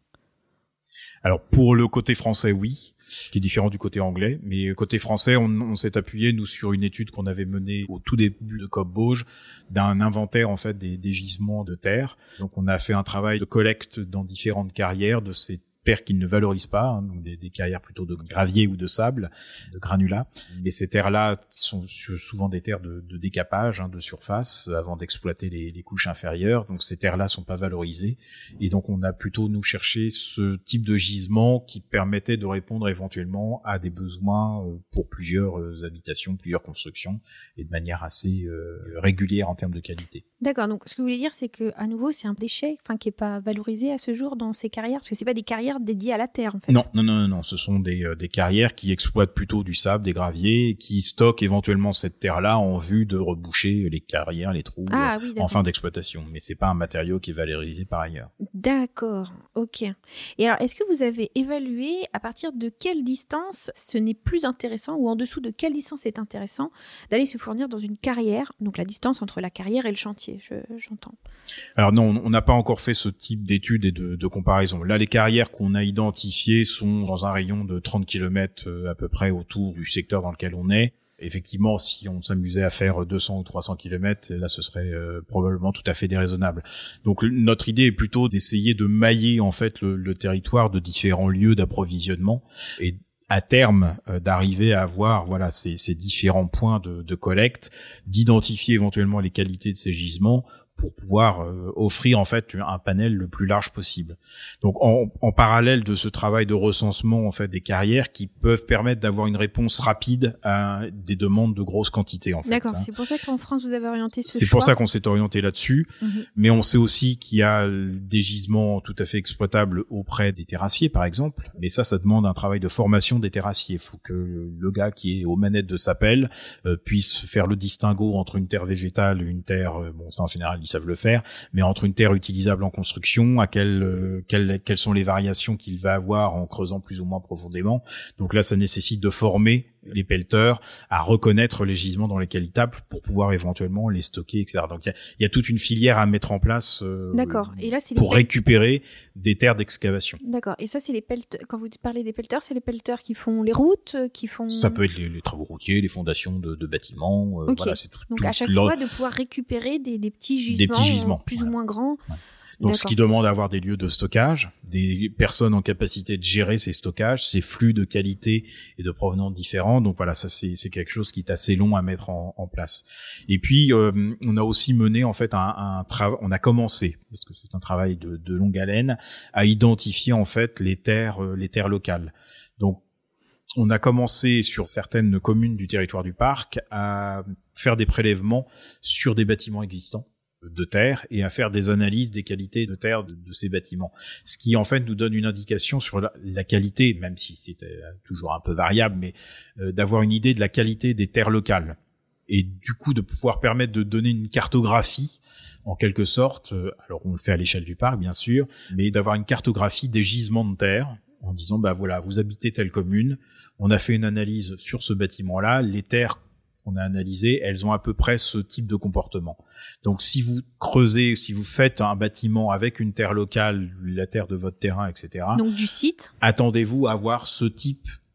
Alors, pour le côté français, oui, qui est différent du côté anglais. Mais côté français, on s'est appuyé, nous, sur une étude qu'on avait menée au tout début de COP Bauge, d'un inventaire, en fait, des gisements de terre. Donc, on a fait un travail de collecte dans différentes carrières de ces terres qui ne valorisent pas, donc des carrières plutôt de gravier ou de sable, de granulats. Mais ces terres-là sont souvent des terres de décapage, de surface, avant d'exploiter les couches inférieures. Donc ces terres-là sont pas valorisées. Et donc on a plutôt, nous, cherché ce type de gisement qui permettait de répondre éventuellement à des besoins pour plusieurs habitations, plusieurs constructions, et de manière assez régulière en termes de qualité. D'accord, donc ce que vous voulez dire, c'est que à nouveau, c'est un déchet qui n'est pas valorisé à ce jour dans ces carrières, parce que c'est pas des carrières dédiées à la terre, en fait. Non, ce sont des carrières qui exploitent plutôt du sable, des graviers, qui stockent éventuellement cette terre-là en vue de reboucher les carrières, les trous en fin d'exploitation. Mais c'est pas un matériau qui est valorisé par ailleurs. D'accord, ok. Et alors, est-ce que vous avez évalué à partir de quelle distance ce n'est plus intéressant, ou en dessous de quelle distance c'est intéressant d'aller se fournir dans une carrière, donc la distance entre la carrière et le chantier? J'entends. Alors non, on n'a pas encore fait ce type d'études et de comparaison. Là, les carrières qu'on a identifiées sont dans un rayon de 30 km à peu près autour du secteur dans lequel on est. Effectivement, si on s'amusait à faire 200 ou 300 km, là, ce serait probablement tout à fait déraisonnable. Donc, notre idée est plutôt d'essayer de mailler en fait le territoire de différents lieux d'approvisionnement et à terme d'arriver à avoir ces différents points de collecte, d'identifier éventuellement les qualités de ces gisements pour pouvoir offrir en fait un panel le plus large possible. Donc en parallèle de ce travail de recensement en fait des carrières qui peuvent permettre d'avoir une réponse rapide à des demandes de grosses quantités en fait. D'accord, c'est pour ça qu'en France vous avez orienté ce choix. C'est pour ça qu'on s'est orienté là-dessus, mais on sait aussi qu'il y a des gisements tout à fait exploitables auprès des terrassiers par exemple, mais ça demande un travail de formation des terrassiers. Il faut que le gars qui est aux manettes de sa pelle puisse faire le distinguo entre une terre végétale et une terre, ça en général ils savent le faire, mais entre une terre utilisable en construction, à quelles sont les variations qu'il va avoir en creusant plus ou moins profondément. Donc là, ça nécessite de former les pelleteurs à reconnaître les gisements dans lesquels ils tapent pour pouvoir éventuellement les stocker, etc. Donc il y a toute une filière à mettre en place D'accord. Et là, c'est pour récupérer des terres d'excavation. D'accord. Et ça, c'est les pelleteurs. Quand vous parlez des pelleteurs, c'est les pelleteurs qui font les routes, qui font... Ça peut être les travaux routiers, les fondations de bâtiments. Okay. Voilà, c'est tout. Donc à chaque fois, de pouvoir récupérer des petits gisements, plus ou moins grands. Ouais. Donc, ce qui demande d'avoir des lieux de stockage, des personnes en capacité de gérer ces stockages, ces flux de qualité et de provenance différents. Donc voilà, ça c'est quelque chose qui est assez long à mettre en place. Et puis on a aussi mené en fait un travail. On a commencé, parce que c'est un travail de longue haleine, à identifier en fait les terres locales. Donc on a commencé sur certaines communes du territoire du parc à faire des prélèvements sur des bâtiments existants de terre et à faire des analyses des qualités de terre de ces bâtiments. Ce qui en fait nous donne une indication sur la qualité, même si c'était toujours un peu variable, mais d'avoir une idée de la qualité des terres locales. Et du coup de pouvoir permettre de donner une cartographie en quelque sorte, alors on le fait à l'échelle du parc bien sûr, mais d'avoir une cartographie des gisements de terre en disant voilà, vous habitez telle commune, on a fait une analyse sur ce bâtiment-là, les terres qu'on a analysées, elles ont à peu près ce type de comportement. Donc si vous creusez, si vous faites un bâtiment avec une terre locale, la terre de votre terrain, etc. Donc du site. Attendez-vous à avoir ce type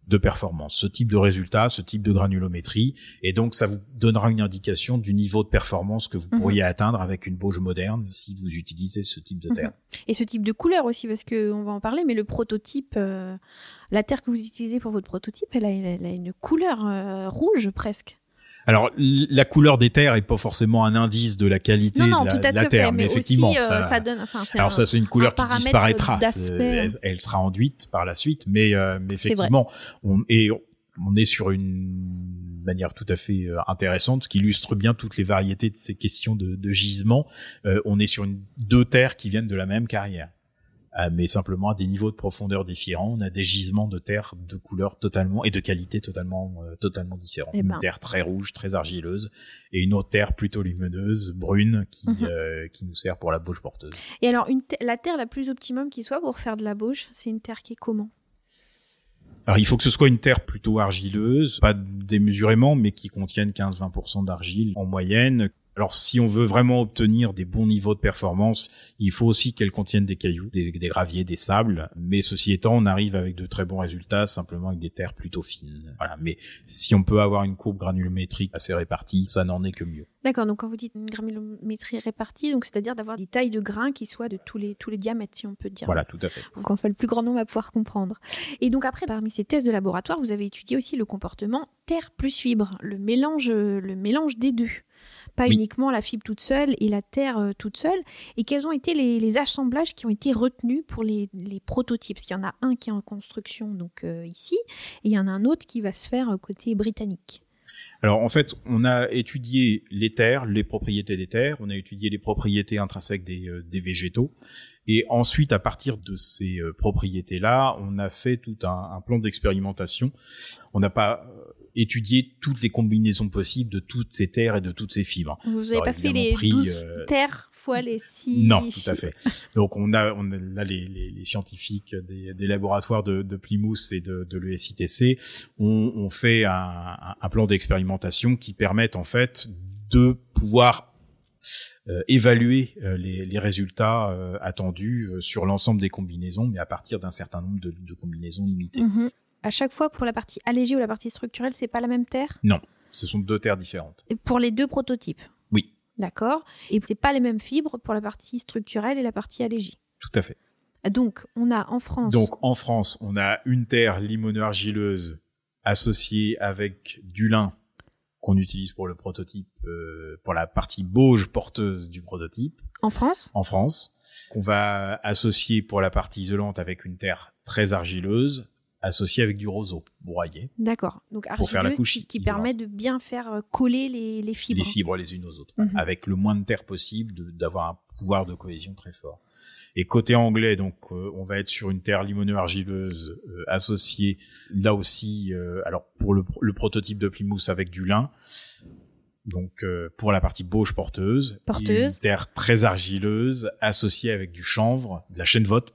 de performance, ce type de résultat, ce type de granulométrie, et donc ça vous donnera une indication du niveau de performance que vous pourriez atteindre avec une bauge moderne si vous utilisez ce type de terre. Et ce type de couleur aussi, parce qu'on va en parler, mais le prototype, la terre que vous utilisez pour votre prototype, elle a une couleur rouge presque. Alors, la couleur des terres est pas forcément un indice de la qualité de la terre, mais effectivement, aussi, ça donne. Ça, c'est une couleur qui disparaîtra. Elle sera enduite par la suite, mais effectivement, on est sur une manière tout à fait intéressante, qui illustre bien toutes les variétés de ces questions de gisement. On est sur deux terres qui viennent de la même carrière. Mais simplement à des niveaux de profondeur différents, on a des gisements de terre de couleurs totalement et de qualité totalement différentes. Une terre très rouge, très argileuse, et une autre terre plutôt lumineuse, brune, qui nous sert pour la bauge porteuse. Et alors, la terre la plus optimum qui soit pour faire de la bauge, c'est une terre qui est comment ? Alors, il faut que ce soit une terre plutôt argileuse, pas démesurément, mais qui contienne 15-20% d'argile en moyenne. Alors, si on veut vraiment obtenir des bons niveaux de performance, il faut aussi qu'elle contienne des cailloux, des graviers, des sables. Mais ceci étant, on arrive avec de très bons résultats simplement avec des terres plutôt fines. Voilà. Mais si on peut avoir une courbe granulométrique assez répartie, ça n'en est que mieux. D'accord. Donc, quand vous dites une granulométrie répartie, donc c'est-à-dire d'avoir des tailles de grains qui soient de tous les diamètres, si on peut dire. Voilà, tout à fait. Pour qu'on soit le plus grand nombre à pouvoir comprendre. Et donc après, parmi ces tests de laboratoire, vous avez étudié aussi le comportement terre plus fibre, le mélange des deux. Pas uniquement la fibre toute seule et la terre toute seule. Et quels ont été les assemblages qui ont été retenus pour les prototypes ? Parce qu'il y en a un qui est en construction donc ici, et il y en a un autre qui va se faire côté britannique. Alors en fait, on a étudié les terres, les propriétés des terres, on a étudié les propriétés intrinsèques des végétaux, et ensuite à partir de ces propriétés-là, on a fait tout un plan d'expérimentation. On n'a pas étudier toutes les combinaisons possibles de toutes ces terres et de toutes ces fibres. Vous n'avez pas fait les 12 terres fois les 6... Non, tout à fait. Donc on a là les scientifiques des laboratoires de Plymouth et de l'ESITC ont fait un plan d'expérimentation qui permettent en fait de pouvoir évaluer les résultats attendus sur l'ensemble des combinaisons, mais à partir d'un certain nombre de combinaisons limitées. À chaque fois, pour la partie allégée ou la partie structurelle, c'est pas la même terre ? Non, ce sont deux terres différentes. Et pour les deux prototypes ? Oui. D'accord. Et c'est pas les mêmes fibres pour la partie structurelle et la partie allégée ? Tout à fait. Donc, on a en France... Donc, en France, on a une terre limoneux-argileuse associée avec du lin qu'on utilise pour le prototype, pour la partie bauge porteuse du prototype. En France ? En France. Qu'on va associer pour la partie isolante avec une terre très argileuse, associé avec du roseau broyé. D'accord. Donc pour faire la couche qui permet de bien faire coller les fibres. Les fibres les unes aux autres, avec le moins de terre possible, d'avoir un pouvoir de cohésion très fort. Et côté anglais, donc on va être sur une terre limoneux-argileuse associée là aussi, alors pour le prototype de Plymouth avec du lin. Donc pour la partie bauge porteuse. Et une terre très argileuse associée avec du chanvre, de la chènevotte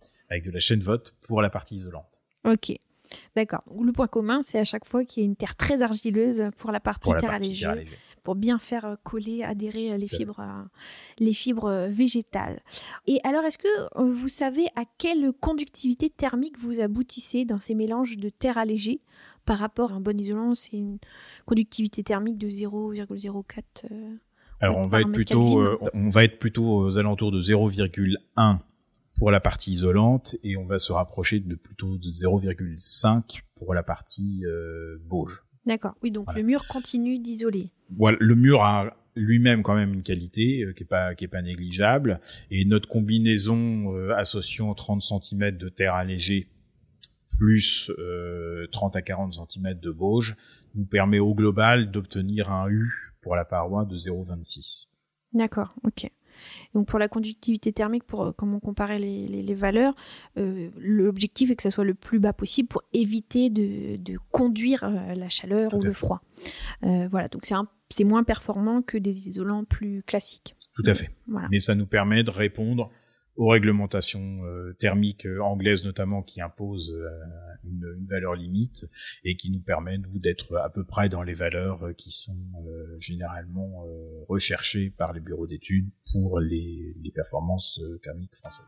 pour la partie isolante. Ok, d'accord. Le point commun, c'est à chaque fois qu'il y a une terre très argileuse pour la partie terre allégée, pour bien faire coller, adhérer les fibres végétales. Et alors, est-ce que vous savez à quelle conductivité thermique vous aboutissez dans ces mélanges de terre allégée par rapport à un bon isolant? C'est une conductivité thermique de 0,04 Alors, on va être plutôt aux alentours de 0,1 pour la partie isolante, et on va se rapprocher plutôt de 0,5 pour la partie bauge. D'accord, oui, donc voilà. Le mur continue d'isoler. Voilà, le mur a lui-même quand même une qualité qui est pas négligeable, et notre combinaison associant 30 cm de terre allégée plus 30 à 40 cm de bauge nous permet au global d'obtenir un U pour la paroi de 0,26. D'accord, ok. Donc pour la conductivité thermique, comme on comparait les valeurs, l'objectif est que ça soit le plus bas possible pour éviter de conduire la chaleur ou le froid. Voilà, donc c'est moins performant que des isolants plus classiques. Tout à fait. Voilà. Mais ça nous permet de répondre aux réglementations thermiques anglaises notamment, qui imposent une valeur limite et qui nous permet nous d'être à peu près dans les valeurs qui sont généralement recherchées par les bureaux d'études pour les performances thermiques françaises.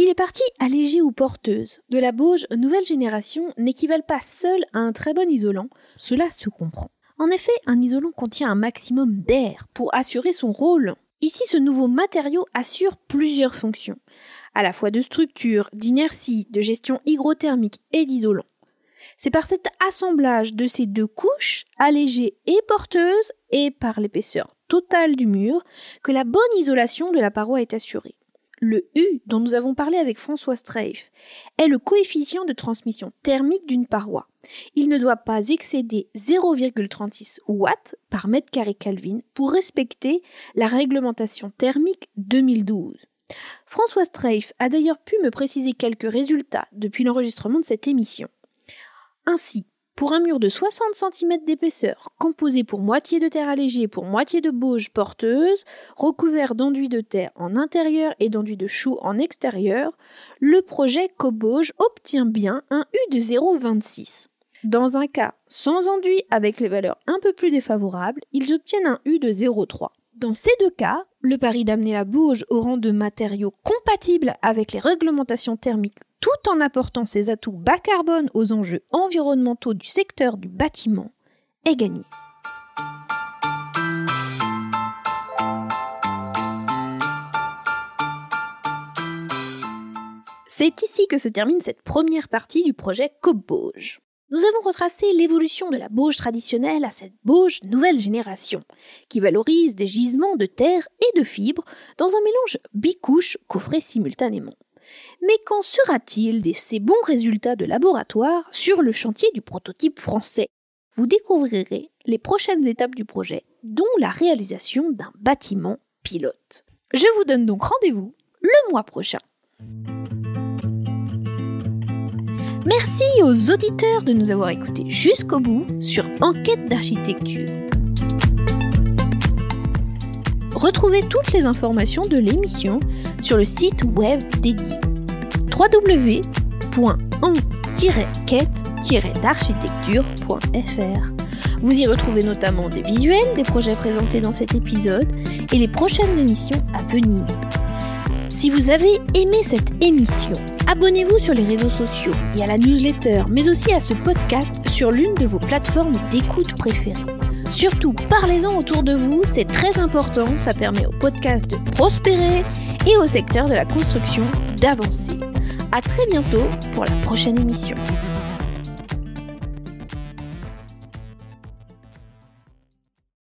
Si les parties allégées ou porteuses de la bauge nouvelle génération n'équivalent pas seules à un très bon isolant, cela se comprend. En effet, un isolant contient un maximum d'air pour assurer son rôle. Ici, ce nouveau matériau assure plusieurs fonctions, à la fois de structure, d'inertie, de gestion hygrothermique et d'isolant. C'est par cet assemblage de ces deux couches, allégées et porteuses, et par l'épaisseur totale du mur, que la bonne isolation de la paroi est assurée. Le U, dont nous avons parlé avec François Streif, est le coefficient de transmission thermique d'une paroi. Il ne doit pas excéder 0,36 watts par mètre carré Kelvin pour respecter la réglementation thermique 2012. François Streif a d'ailleurs pu me préciser quelques résultats depuis l'enregistrement de cette émission. Ainsi, pour un mur de 60 cm d'épaisseur, composé pour moitié de terre allégée et pour moitié de bauge porteuse, recouvert d'enduit de terre en intérieur et d'enduit de chaux en extérieur, le projet CoBauge obtient bien un U de 0,26. Dans un cas sans enduit avec les valeurs un peu plus défavorables, ils obtiennent un U de 0,3. Dans ces deux cas, le pari d'amener la bauge au rang de matériau compatible avec les réglementations thermiques tout en apportant ses atouts bas carbone aux enjeux environnementaux du secteur du bâtiment est gagné. C'est ici que se termine cette première partie du projet CoBauge. Nous avons retracé l'évolution de la bauge traditionnelle à cette bauge nouvelle génération, qui valorise des gisements de terre et de fibres dans un mélange bicouche coffré simultanément. Mais qu'en sera-t-il de ces bons résultats de laboratoire sur le chantier du prototype français ? Vous découvrirez les prochaines étapes du projet, dont la réalisation d'un bâtiment pilote. Je vous donne donc rendez-vous le mois prochain. Merci aux auditeurs de nous avoir écoutés jusqu'au bout sur Enquête d'architecture. Retrouvez toutes les informations de l'émission sur le site web dédié www.en-quête-d'architecture.fr. Vous y retrouvez notamment des visuels des projets présentés dans cet épisode et les prochaines émissions à venir. Si vous avez aimé cette émission, abonnez-vous sur les réseaux sociaux et à la newsletter, mais aussi à ce podcast sur l'une de vos plateformes d'écoute préférées. Surtout, parlez-en autour de vous, c'est très important, ça permet au podcast de prospérer et au secteur de la construction d'avancer. À très bientôt pour la prochaine émission.